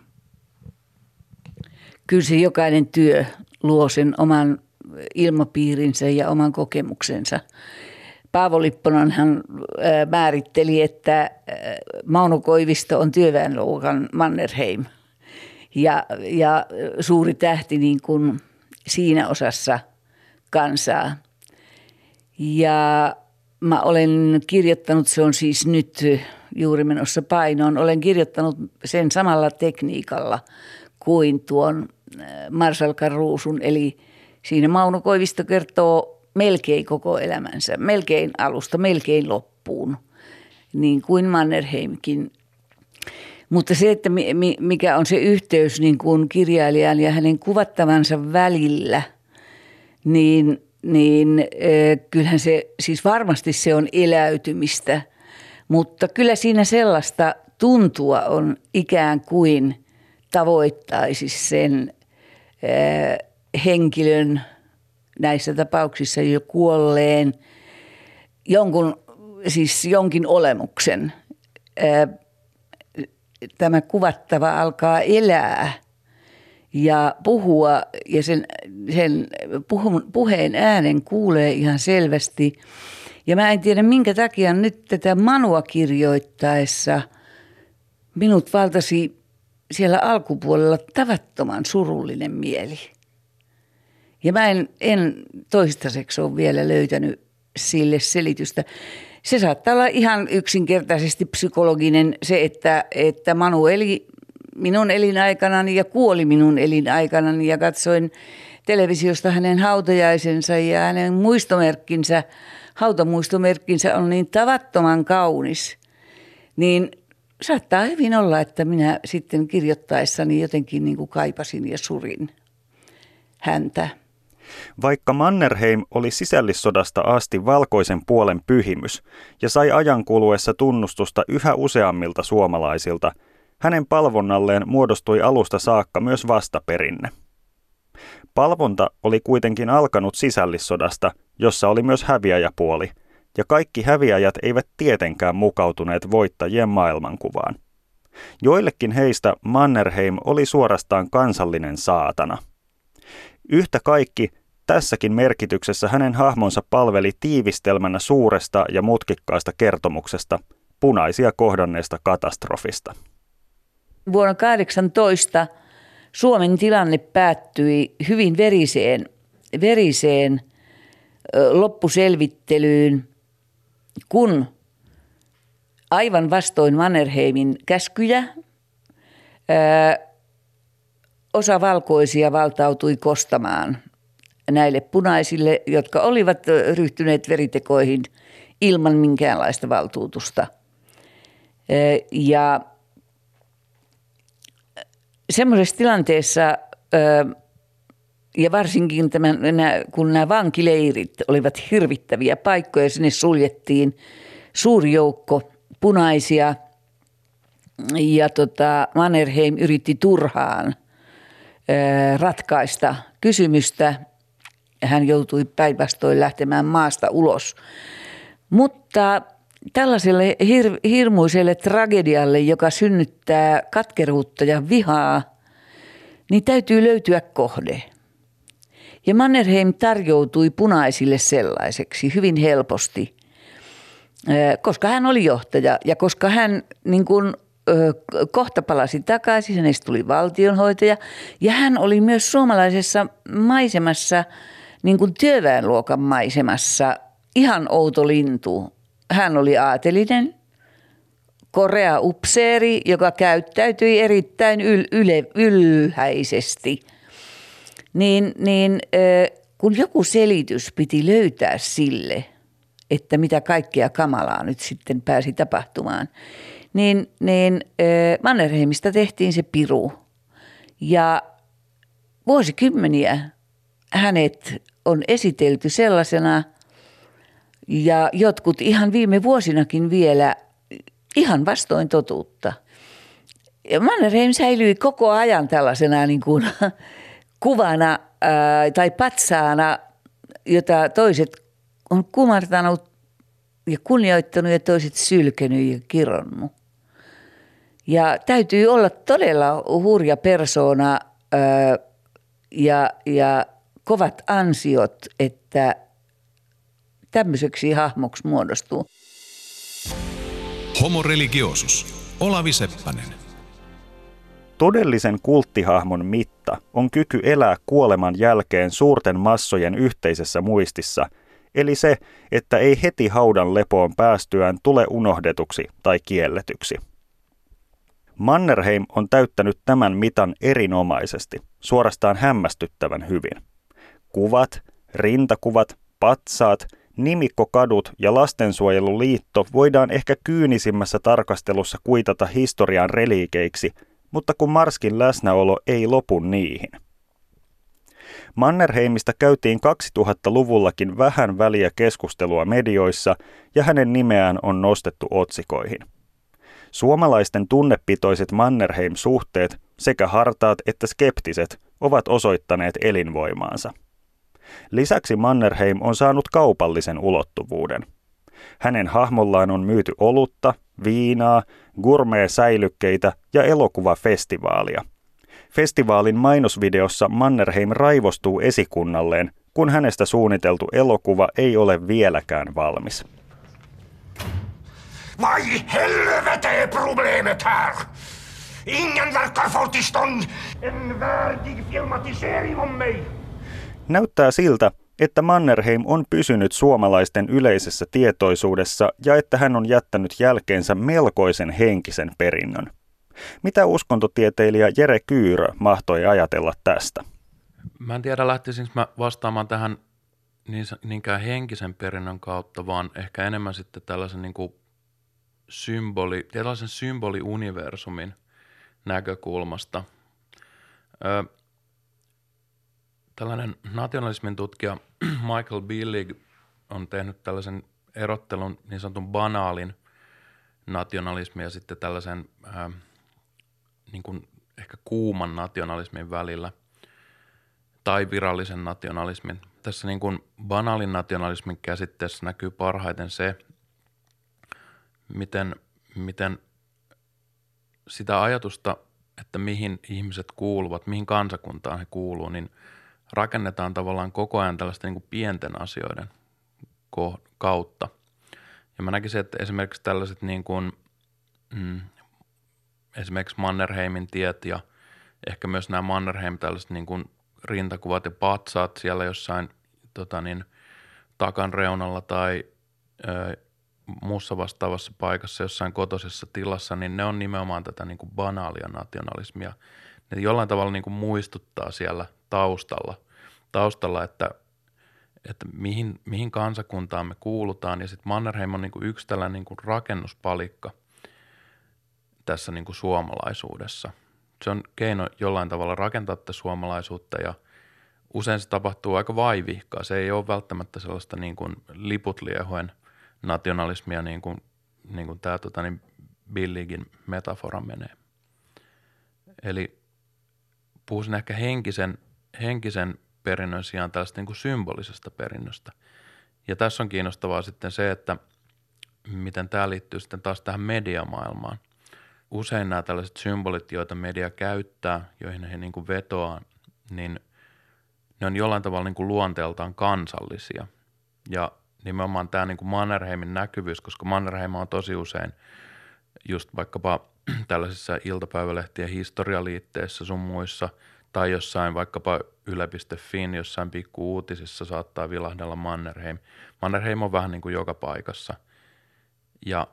Kyllä se jokainen työ luo sen oman ilmapiirinsä ja oman kokemuksensa. Paavo Lipponenhan määritteli, että Mauno Koivisto on työväenluokan Mannerheim ja suuri tähti niin kuin siinä osassa kansaa. Ja mä olen kirjoittanut, se on siis nyt juuri menossa painoon, olen kirjoittanut sen samalla tekniikalla kuin tuon Marsalkan ruusun. Eli siinä Mauno Koivisto kertoo melkein koko elämänsä, melkein alusta, melkein loppuun, niin kuin Mannerheimkin. Mutta se, että mikä on se yhteys niin kuin kirjailijan ja hänen kuvattavansa välillä, niin kyllähän se, siis varmasti se on eläytymistä, mutta kyllä siinä sellaista tuntua on ikään kuin tavoittaisi sen henkilön näissä tapauksissa jo kuolleen jonkin olemuksen. Tämä kuvattava alkaa elää ja puhua ja sen puheen äänen kuulee ihan selvästi. Ja mä en tiedä minkä takia nyt tätä Manua kirjoittaessa minut valtasi siellä alkupuolella tavattoman surullinen mieli. Ja mä en toistaiseksi ole vielä löytänyt sille selitystä. Se saattaa olla ihan yksinkertaisesti psykologinen se, että Manu eli minun elinaikanani ja kuoli minun elinaikanani ja katsoin televisiosta hänen hautajaisensa ja hänen muistomerkkinsä, hautamuistomerkkinsä on niin tavattoman kaunis. Niin saattaa hyvin olla, että minä sitten kirjoittaessani jotenkin niin kuin kaipasin ja surin häntä. Vaikka Mannerheim oli sisällissodasta asti valkoisen puolen pyhimys ja sai ajan kuluessa tunnustusta yhä useammilta suomalaisilta, hänen palvonnalleen muodostui alusta saakka myös vastaperinne. Palvonta oli kuitenkin alkanut sisällissodasta, jossa oli myös häviäjäpuoli, ja kaikki häviäjät eivät tietenkään mukautuneet voittajien maailmankuvaan. Joillekin heistä Mannerheim oli suorastaan kansallinen saatana. Yhtä kaikki, tässäkin merkityksessä hänen hahmonsa palveli tiivistelmänä suuresta ja mutkikkaasta kertomuksesta, punaisia kohdanneesta katastrofista. Vuonna 18 Suomen tilanne päättyi hyvin veriseen loppuselvittelyyn, kun aivan vastoin Mannerheimin käskyjä osa valkoisia valtautui kostamaan näille punaisille, jotka olivat ryhtyneet veritekoihin ilman minkäänlaista valtuutusta. Ja semmoisessa tilanteessa, ja varsinkin kun nämä vankileirit olivat hirvittäviä paikkoja, sinne suljettiin suuri joukko punaisia, ja Mannerheim yritti turhaan ratkaista kysymystä. Hän joutui päinvastoin lähtemään maasta ulos. Mutta tällaiselle hirmuiselle tragedialle, joka synnyttää katkeruutta ja vihaa, niin täytyy löytyä kohde. Ja Mannerheim tarjoutui punaisille sellaiseksi hyvin helposti, koska hän oli johtaja ja koska hän niin kuin kohta palasi takaisin, hänestä tuli valtionhoitaja ja hän oli myös suomalaisessa maisemassa, niin kuin työväenluokan maisemassa, ihan outo lintu. Hän oli aatelinen, korea upseeri, joka käyttäytyi erittäin ylhäisesti. Kun joku selitys piti löytää sille, että mitä kaikkea kamalaa nyt sitten pääsi tapahtumaan, niin Mannerheimista tehtiin se piru. Ja vuosikymmeniä hänet on esitelty sellaisena, ja jotkut ihan viime vuosinakin vielä ihan vastoin totuutta. Ja Mannerheim säilyi koko ajan tällaisena niin kuin kuvana tai patsaana, jota toiset on kumartanut ja kunnioittanut ja toiset sylkenyt ja kironnut. Ja täytyy olla todella hurja persoona ja kovat ansiot, että tämmöiseksi hahmoksi muodostuu. Homo religiosus. Olavi Seppänen. Todellisen kulttihahmon mitta on kyky elää kuoleman jälkeen suurten massojen yhteisessä muistissa, eli se, että ei heti haudan lepoon päästyään tule unohdetuksi tai kielletyksi. Mannerheim on täyttänyt tämän mitan erinomaisesti, suorastaan hämmästyttävän hyvin. Kuvat, rintakuvat, patsaat, nimikkokadut ja lastensuojeluliitto voidaan ehkä kyynisimmässä tarkastelussa kuitata historian reliikeiksi, mutta kun Marskin läsnäolo ei lopu niihin. Mannerheimista käytiin 2000-luvullakin vähän väliä keskustelua medioissa ja hänen nimeään on nostettu otsikoihin. Suomalaisten tunnepitoiset Mannerheim-suhteet, sekä hartaat että skeptiset, ovat osoittaneet elinvoimaansa. Lisäksi Mannerheim on saanut kaupallisen ulottuvuuden. Hänen hahmollaan on myyty olutta, viinaa, gourmet-säilykkeitä ja elokuvafestivaalia. Festivaalin mainosvideossa Mannerheim raivostuu esikunnalleen, kun hänestä suunniteltu elokuva ei ole vieläkään valmis. Vai helvete problemet här! Ingen verkar få till stånd en värdig filmatisering om mig! Näyttää siltä, että Mannerheim on pysynyt suomalaisten yleisessä tietoisuudessa ja että hän on jättänyt jälkeensä melkoisen henkisen perinnön. Mitä uskontotieteilijä Jere Kyyrö mahtoi ajatella tästä? Mä en tiedä, lähtisinkö mä vastaamaan tähän niinkään henkisen perinnön kautta, vaan ehkä enemmän sitten tällaisen niin kuin symboliuniversumin näkökulmasta. Tällainen nationalismin tutkija Michael Billig on tehnyt tällaisen erottelun niin sanotun banaalin nationalismin ja sitten tällaisen niin kuin ehkä kuuman nationalismin välillä tai virallisen nationalismin. Tässä niin kuin banaalin nationalismin käsitteessä näkyy parhaiten se, miten sitä ajatusta, että mihin ihmiset kuuluvat, mihin kansakuntaan he kuuluu, niin rakennetaan tavallaan koko ajan tällaista niin kuin pienten asioiden kautta. Ja mä näkisin, että esimerkiksi tällaiset niin kuin, esimerkiksi Mannerheimin tiet ja ehkä myös nämä Mannerheim tällaiset niin kuin rintakuvat ja patsaat siellä jossain takan reunalla tai muussa vastaavassa paikassa, jossain kotoisessa tilassa, niin ne on nimenomaan tätä niin kuin banaalia nationalismia. Ne jollain tavalla niin kuin muistuttaa siellä taustalla että mihin kansakuntaan me kuulutaan. Ja sitten Mannerheim on niin kuin yksi tällainen niin kuin rakennuspalikka tässä niin kuin suomalaisuudessa. Se on keino jollain tavalla rakentaa tätä suomalaisuutta ja usein se tapahtuu aika vaivihkaa. Se ei ole välttämättä sellaista niin kuin liput liehoen nationalismia niin kuin tämä Billigin metafora menee. Eli puhuisin ehkä henkisen perinnön sijaan tällaista niin kuin symbolisesta perinnöstä. Ja tässä on kiinnostavaa sitten se, että miten tämä liittyy sitten taas tähän mediamaailmaan. Usein nämä tällaiset symbolit, joita media käyttää, joihin he niin kuin vetoaa, niin ne on jollain tavalla niin kuin luonteeltaan kansallisia. Ja nimenomaan tämä niin kuin Mannerheimin näkyvyys, koska Mannerheim on tosi usein just vaikkapa tällaisissa iltapäivälehtien historialiitteissä sun muissa tai jossain vaikkapa yle.fin, jossain pikku-uutisissa saattaa vilahdella Mannerheim. Mannerheim on vähän niin kuin joka paikassa. Ja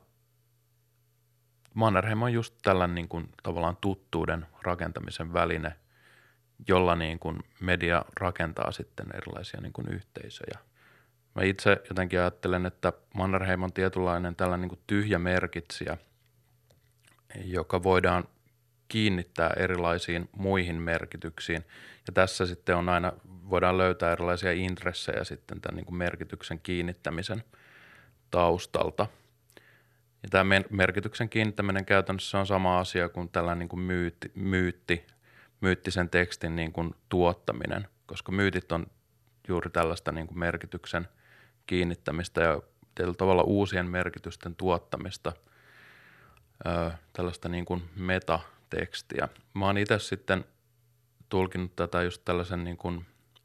Mannerheim on just tällainen niin kuin tavallaan tuttuuden rakentamisen väline, jolla niin kuin media rakentaa sitten erilaisia niin kuin yhteisöjä. Mä itse jotenkin ajattelen, että Mannerheim on tietynlainen tällainen niin kuin tyhjä merkitsijä, joka voidaan kiinnittää erilaisiin muihin merkityksiin. Ja tässä sitten on aina, voidaan löytää erilaisia intressejä sitten tämän niin kuin merkityksen kiinnittämisen taustalta. Ja tämä merkityksen kiinnittäminen käytännössä on sama asia kuin tällainen niin kuin myyttisen tekstin niin kuin tuottaminen, koska myytit on juuri tällaista niin kuin merkityksen kiinnittämistä ja tietyllä tavalla uusien merkitysten tuottamista, tällaista niin kuin metatekstiä. Mä oon itse sitten tulkinut tätä just tällaisen niin kuin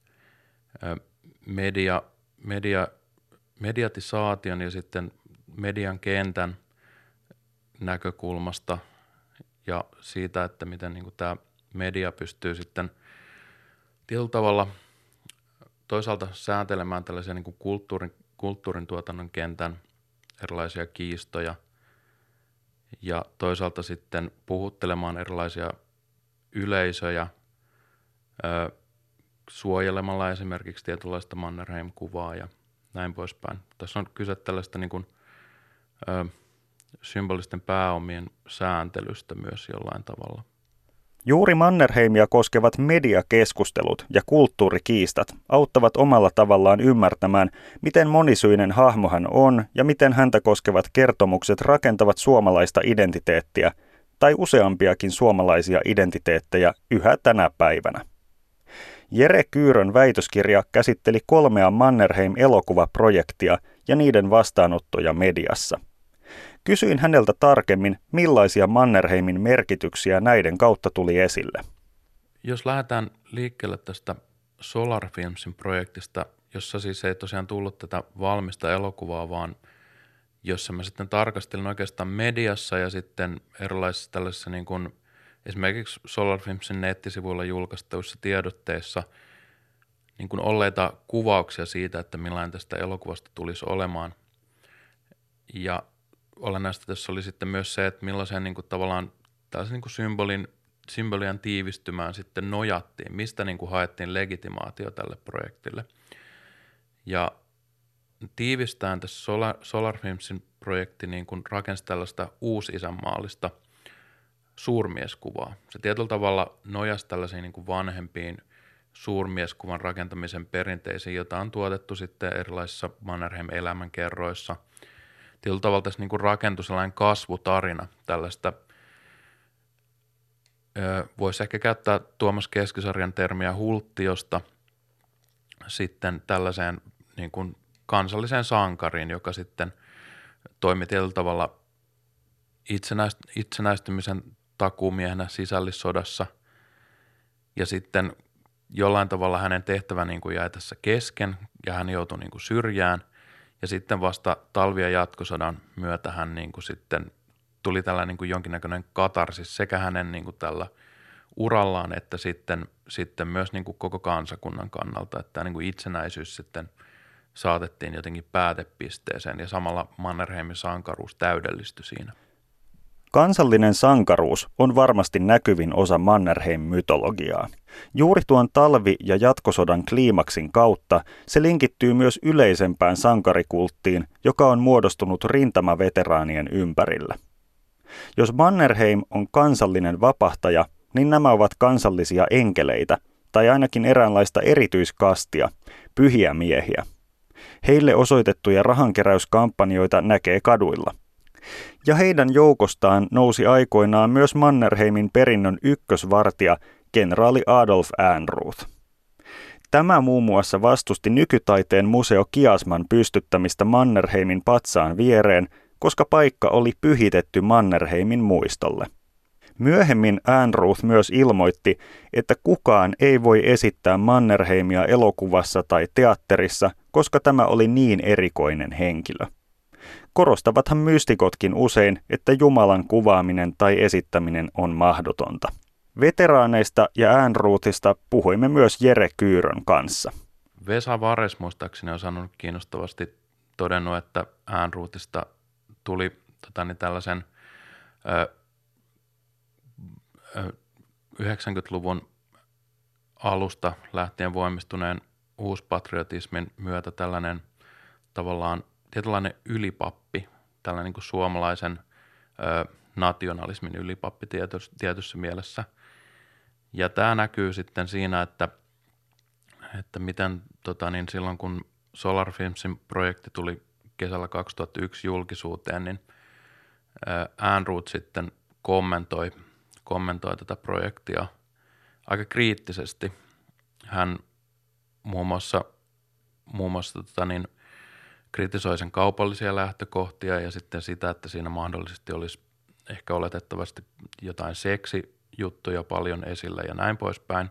mediatisaation ja sitten median kentän näkökulmasta ja siitä, että miten niin kuin tämä media pystyy sitten tietyllä tavalla toisaalta sääntelemään tällaisia niin kuin kulttuurin tuotannon kentän erilaisia kiistoja ja toisaalta sitten puhuttelemaan erilaisia yleisöjä suojelemalla esimerkiksi tietynlaista Mannerheim-kuvaa ja näin poispäin. Tässä on kyse tällaista niin kuin, symbolisten pääomien sääntelystä myös jollain tavalla. Juuri Mannerheimia koskevat mediakeskustelut ja kulttuurikiistat auttavat omalla tavallaan ymmärtämään, miten monisyinen hahmo hän on ja miten häntä koskevat kertomukset rakentavat suomalaista identiteettiä tai useampiakin suomalaisia identiteettejä yhä tänä päivänä. Jere Kyyrön väitöskirja käsitteli 3 Mannerheim-elokuvaprojektia ja niiden vastaanottoja mediassa. Kysyin häneltä tarkemmin, millaisia Mannerheimin merkityksiä näiden kautta tuli esille. Jos lähdetään liikkeelle tästä Solar Filmsin projektista, jossa siis ei tosiaan tullut tätä valmista elokuvaa, vaan jossa mä sitten tarkastelin oikeastaan mediassa ja sitten erilaisissa tällaisissa niin kuin esimerkiksi Solar Filmsin nettisivuilla julkaistuissa tiedotteissa niin kuin olleita kuvauksia siitä, että millainen tästä elokuvasta tulisi olemaan. Ja olennaista tässä oli sitten myös se, että millaisen niin kuin tavallaan tällaisen niin kuin symbolian tiivistymään sitten nojattiin, mistä niin kuin haettiin legitimaatio tälle projektille. Ja tiivistään tässä Solar Filmsin projekti niin kuin rakensi tällaista uusisänmaallista suurmieskuvaa. Se tietyllä tavalla nojasi tällaisiin niin kuin vanhempiin suurmieskuvan rakentamisen perinteisiin, jota on tuotettu sitten erilaisissa Mannerheim-elämänkerroissa. Tietyllä tavalla tässä niin kuin rakentui sellainen kasvutarina tällaista, voisi ehkä käyttää Tuomas Keskisarjan termiä hulttiosta sitten tällaiseen niin kuin kansalliseen sankariin, joka sitten toimi tietyllä tavalla itsenäistymisen takuumiehenä sisällissodassa ja sitten jollain tavalla hänen tehtävä niin kuin jäi tässä kesken ja hän joutui niin kuin syrjään ja sitten vasta talvi- ja jatkosodan myötä hän niin kuin sitten tuli tällainen niin kuin jonkinnäköinen katarsis sekä hänen niin kuin tällä urallaan että sitten myös niin kuin koko kansakunnan kannalta, että tämä niin kuin itsenäisyys sitten saatettiin jotenkin päätepisteeseen ja samalla Mannerheimin sankaruus täydellistyi siinä. Kansallinen sankaruus on varmasti näkyvin osa Mannerheim-mytologiaa. Juuri tuon talvi- ja jatkosodan kliimaksin kautta se linkittyy myös yleisempään sankarikulttiin, joka on muodostunut rintamaveteraanien ympärillä. Jos Mannerheim on kansallinen vapahtaja, niin nämä ovat kansallisia enkeleitä, tai ainakin eräänlaista erityiskastia, pyhiä miehiä. Heille osoitettuja rahankeräyskampanjoita näkee kaduilla. Ja heidän joukostaan nousi aikoinaan myös Mannerheimin perinnön ykkösvartija, kenraali Adolf Ehrnrooth. Tämä muun muassa vastusti nykytaiteen museo Kiasman pystyttämistä Mannerheimin patsaan viereen, koska paikka oli pyhitetty Mannerheimin muistolle. Myöhemmin Ehrnrooth myös ilmoitti, että kukaan ei voi esittää Mannerheimia elokuvassa tai teatterissa, koska tämä oli niin erikoinen henkilö. Korostavathan mystikotkin usein, että Jumalan kuvaaminen tai esittäminen on mahdotonta. Veteraaneista ja Ehrnroothista puhuimme myös Jere Kyyrön kanssa. Vesa Vares muistaakseni on sanonut kiinnostavasti todennut, että Ehrnroothista tuli tällaisen 90-luvun alusta lähtien voimistuneen uuspatriotismin myötä tällainen tavallaan tietynlainen ylipappi, tällainen niin kuin suomalaisen nationalismin ylipappi tietyssä mielessä. Ja tämä näkyy sitten siinä, että miten silloin kun Solar Filmsin projekti tuli kesällä 2001 julkisuuteen, niin Ehrnrooth sitten kommentoi tätä projektia aika kriittisesti. Hän muun muassa kritisoi sen kaupallisia lähtökohtia ja sitten sitä, että siinä mahdollisesti olisi ehkä oletettavasti jotain seksijuttuja paljon esillä ja näin poispäin.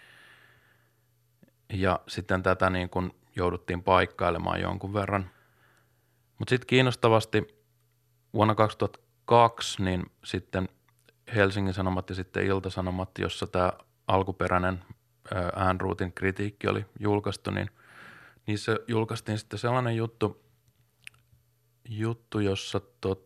Ja sitten tätä niin kuin jouduttiin paikkailemaan jonkun verran. Mutta sitten kiinnostavasti vuonna 2002 niin sitten Helsingin Sanomat ja sitten Ilta-Sanomat, jossa tämä alkuperäinen Ehrnroothin kritiikki oli julkaistu, niin niissä julkaistiin sitten sellainen juttu jossa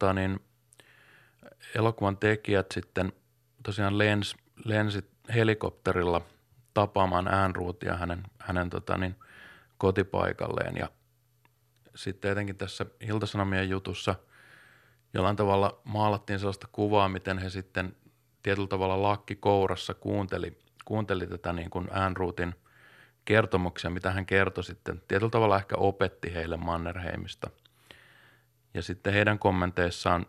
elokuvan tekijät sitten tosiaan lensi helikopterilla tapaamaan Ehrnroothia hänen kotipaikalleen. Ja sitten etenkin tässä Ilta-Sanomien jutussa jollain tavalla maalattiin sellaista kuvaa, miten he sitten tietyllä tavalla lakki kourassa kuunteli tätä niin kuin Ehrnroothin kertomuksia, mitä hän kertoi sitten. Tietyllä tavalla ehkä opetti heille Mannerheimista. Ja sitten heidän kommenteissaan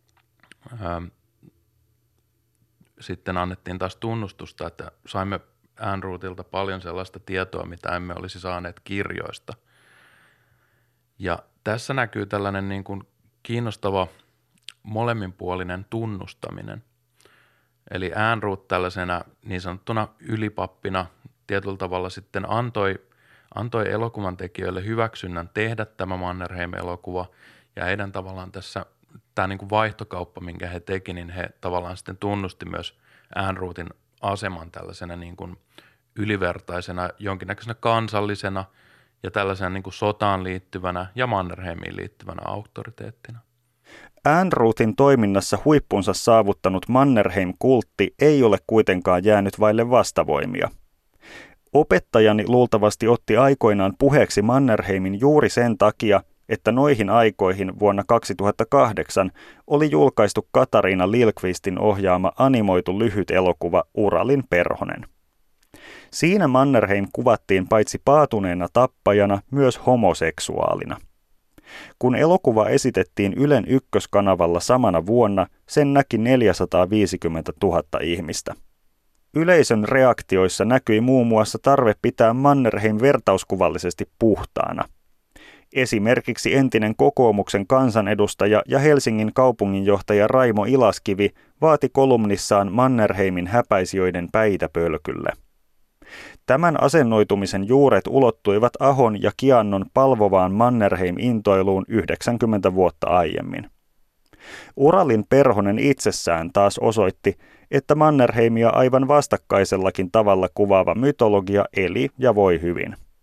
sitten annettiin taas tunnustusta, että saimme Ehrnroothilta paljon sellaista tietoa, mitä emme olisi saaneet kirjoista. Ja tässä näkyy tällainen niin kuin kiinnostava molemminpuolinen tunnustaminen. Eli Ehrnrooth tällaisena niin sanottuna ylipappina tietyllä tavalla sitten antoi elokuvan tekijöille hyväksynnän tehdä tämä Mannerheim-elokuva ja heidän tavallaan tässä tämä niin kuin vaihtokauppa, minkä he teki, niin he tavallaan sitten tunnusti myös Ehrnroothin aseman tällaisena niin kuin ylivertaisena, jonkinnäköisenä kansallisena ja tällaisena niin kuin sotaan liittyvänä ja Mannerheimiin liittyvänä auktoriteettina. Ehrnroothin toiminnassa huippunsa saavuttanut Mannerheim-kultti ei ole kuitenkaan jäänyt vaille vastavoimia. Opettajani luultavasti otti aikoinaan puheeksi Mannerheimin juuri sen takia, että noihin aikoihin vuonna 2008 oli julkaistu Katariina Lilqvistin ohjaama animoitu lyhyt elokuva Uralin perhonen. Siinä Mannerheim kuvattiin paitsi paatuneena tappajana myös homoseksuaalina. Kun elokuva esitettiin Ylen ykköskanavalla samana vuonna, sen näki 450 000 ihmistä. Yleisön reaktioissa näkyi muun muassa tarve pitää Mannerheim vertauskuvallisesti puhtaana. Esimerkiksi entinen kokoomuksen kansanedustaja ja Helsingin kaupunginjohtaja Raimo Ilaskivi vaati kolumnissaan Mannerheimin häpäisijöiden päitä pölkylle. Tämän asennoitumisen juuret ulottuivat Ahon ja Kiannon palvovaan Mannerheim-intoiluun 90 vuotta aiemmin. Uralin perhonen itsessään taas osoitti, että Mannerheimia aivan vastakkaisellakin tavalla kuvaava mytologia eli ja voi hyvin.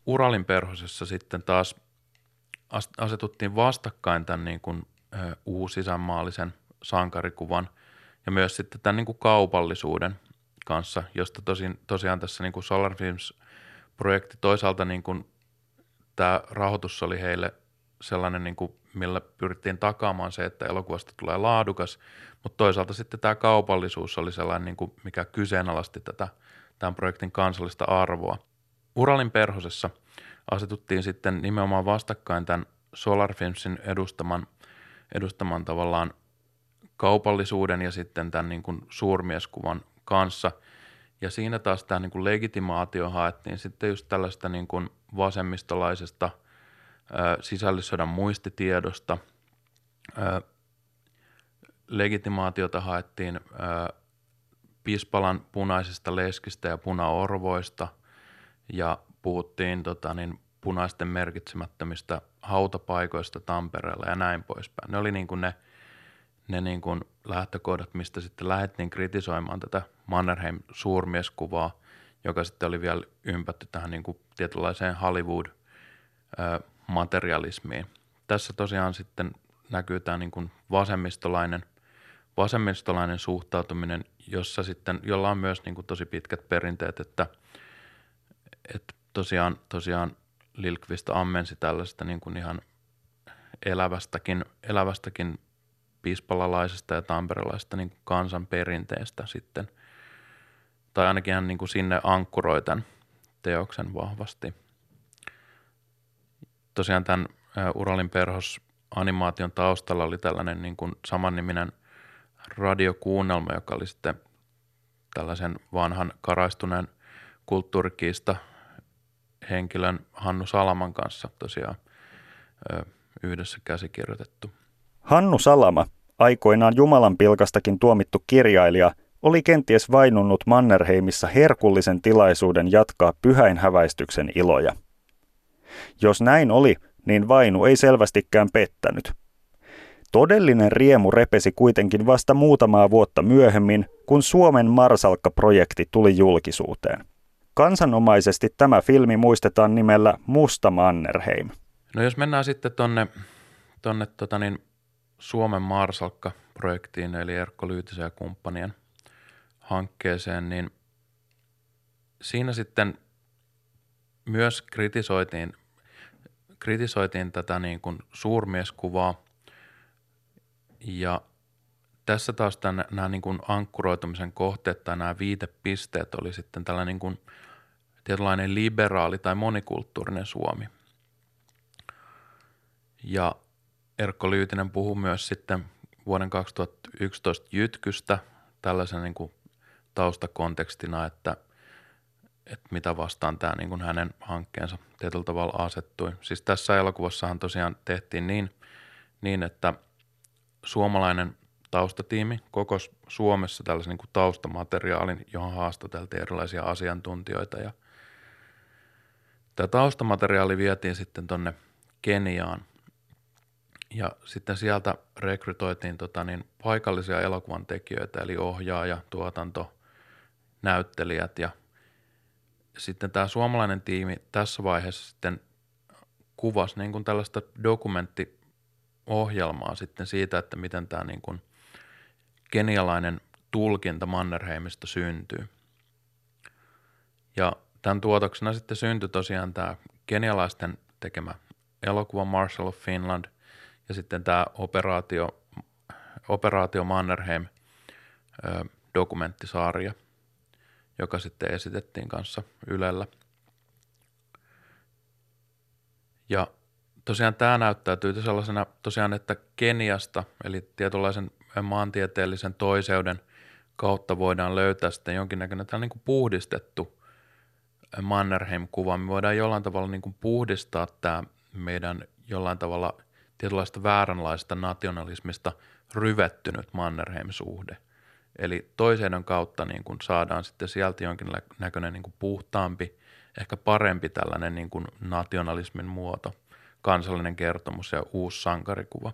Uralin perhosessa sitten taas asetuttiin vastakkain tämän niin kuin uusisänmaallisen sankarikuvan ja myös sitten tämän niin kuin kaupallisuuden kanssa, josta tosiaan tässä niin kuin Solar Films-projekti toisaalta niin kuin tämä rahoitus oli heille sellainen, niin kuin, millä pyrittiin takaamaan se, että elokuvasta tulee laadukas, mutta toisaalta sitten tämä kaupallisuus oli sellainen, niin kuin, mikä kyseenalaisti tämän projektin kansallista arvoa. Uralin perhosessa asetuttiin sitten nimenomaan vastakkain tämän Solar Filmsin edustaman tavallaan kaupallisuuden ja sitten tämän niin kuin suurmieskuvan kanssa. Ja siinä taas tämä niin kuin legitimaatio haettiin sitten just tällaista niin kuin vasemmistolaisesta sisällissodan muistitiedosta. Legitimaatiota haettiin Pispalan punaisista leskistä ja punaorvoista ja puhuttiin punaisten merkitsemättömistä hautapaikoista Tampereella ja näin poispäin. Ne oli niin kuin ne niin kuin lähtökohdat, mistä sitten lähdettiin kritisoimaan tätä Mannerheim-suurmieskuvaa, joka sitten oli vielä ympätty tähän niin kuin tietynlaiseen Hollywood-materialismiin. Tässä tosiaan sitten näkyy tämä niin kuin vasemmistolainen suhtautuminen, jolla on myös niin kuin tosi pitkät perinteet, että tosiaan Liljeqvist ammensi tällaista niin kuin ihan elävästäkin pispalalaisesta ja tamperelaisesta niin kuin kansan perinteestä sitten, tai ainakin hän niin kuin sinne ankkuroi tämän teoksen vahvasti. Tosiaan tämän Uralin perhos-animaation taustalla oli tällainen niin kuin samanniminen radiokuunnelma, joka oli sitten tällaisen vanhan karaistuneen kulttuurikiista henkilön Hannu Salaman kanssa tosiaan yhdessä käsikirjoitettu. Hannu Salama, aikoinaan Jumalan pilkastakin tuomittu kirjailija, oli kenties vainunnut Mannerheimissa herkullisen tilaisuuden jatkaa pyhäinhäväistyksen iloja. Jos näin oli, niin vainu ei selvästikään pettänyt. Todellinen riemu repesi kuitenkin vasta muutamaa vuotta myöhemmin, kun Suomen Marsalkka-projekti tuli julkisuuteen. Kansanomaisesti tämä filmi muistetaan nimellä Musta Mannerheim. No jos mennään sitten tonne Suomen Marsalkka-projektiin, eli Erkko Lyytisen ja kumppanien hankkeeseen, niin siinä sitten myös kritisoitiin tätä niin kuin suurmieskuvaa, ja tässä taas nämä niin kuin ankkuroitumisen kohteet tai nämä viitepisteet oli sitten tällainen niin kuin tietynlainen liberaali tai monikulttuurinen Suomi. Ja Erkko Lyytinen puhui myös sitten vuoden 2011 jytkystä tällaisen niin kuin taustakontekstina, että mitä vastaan tämä niin kuin hänen hankkeensa tietyllä tavalla asettui. Siis tässä elokuvassahan tosiaan tehtiin niin että suomalainen taustatiimi koko Suomessa tällaisen niin kuin taustamateriaalin, johon haastateltiin erilaisia asiantuntijoita, ja tämä taustamateriaali vietiin sitten tonne Keniaan. Ja sitten sieltä rekrytoitiin paikallisia elokuvan tekijöitä, eli ohjaaja, tuotanto, näyttelijät, ja sitten tämä suomalainen tiimi tässä vaiheessa sitten kuvasi niin kuin tällaista dokumenttiohjelmaa sitten siitä, että miten tämä niin kuin kenialainen tulkinta Mannerheimista syntyy. Ja tämän tuotoksena sitten syntyi tosiaan tämä kenialaisten tekemä elokuva Marshal of Finland ja sitten tämä Operaatio Mannerheim dokumenttisarja, joka sitten esitettiin kanssa Ylellä. Ja tosiaan tämä näyttäytyy sellaisena tosiaan, että Keniasta, eli tietynlaisen maantieteellisen toiseuden kautta voidaan löytää sitten jonkinnäköinen niin kuin puhdistettu Mannerheim-kuva. Me voidaan jollain tavalla niin kuin puhdistaa tämä meidän jollain tavalla tietynlaista vääränlaista nationalismista ryvettynyt Mannerheim-suhde. Eli toiseuden kautta niin kuin saadaan sitten sieltä jonkinnäköinen niin kuin puhtaampi, ehkä parempi tällainen niin kuin nationalismin muoto, kansallinen kertomus ja uusi sankarikuva.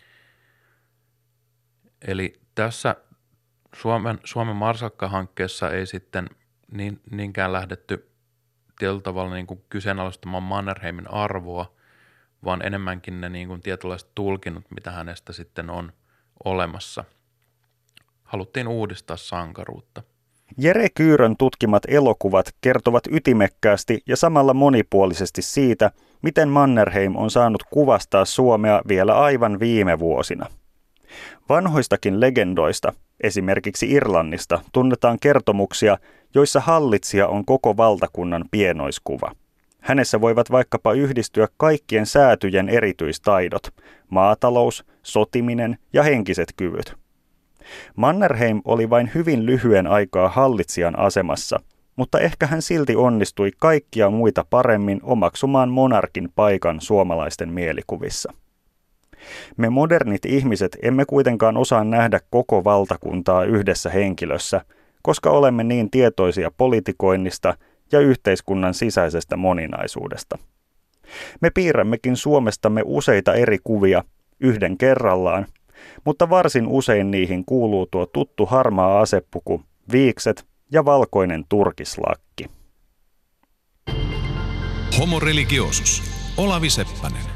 Eli tässä Suomen Marsalkka-hankkeessa ei sitten niinkään lähdetty tietyllä tavalla niin kuin kyseenalaistamaan Mannerheimin arvoa, vaan enemmänkin ne niin kuin tietynlaiset tulkinnut, mitä hänestä sitten on olemassa. Haluttiin uudistaa sankaruutta. Jere Kyyrön tutkimat elokuvat kertovat ytimekkäästi ja samalla monipuolisesti siitä, miten Mannerheim on saanut kuvastaa Suomea vielä aivan viime vuosina. Vanhoistakin legendoista, esimerkiksi Irlannista, tunnetaan kertomuksia, joissa hallitsija on koko valtakunnan pienoiskuva. Hänessä voivat vaikkapa yhdistyä kaikkien säätyjen erityistaidot, maatalous, sotiminen ja henkiset kyvyt. Mannerheim oli vain hyvin lyhyen aikaa hallitsijan asemassa, mutta ehkä hän silti onnistui kaikkia muita paremmin omaksumaan monarkin paikan suomalaisten mielikuvissa. Me modernit ihmiset emme kuitenkaan osaa nähdä koko valtakuntaa yhdessä henkilössä, koska olemme niin tietoisia politikoinnista ja yhteiskunnan sisäisestä moninaisuudesta. Me piirrämmekin Suomestamme useita eri kuvia yhden kerrallaan, mutta varsin usein niihin kuuluu tuo tuttu harmaa asepuku, viikset ja valkoinen turkislakki. Homo religiosus. Olavi Seppänen.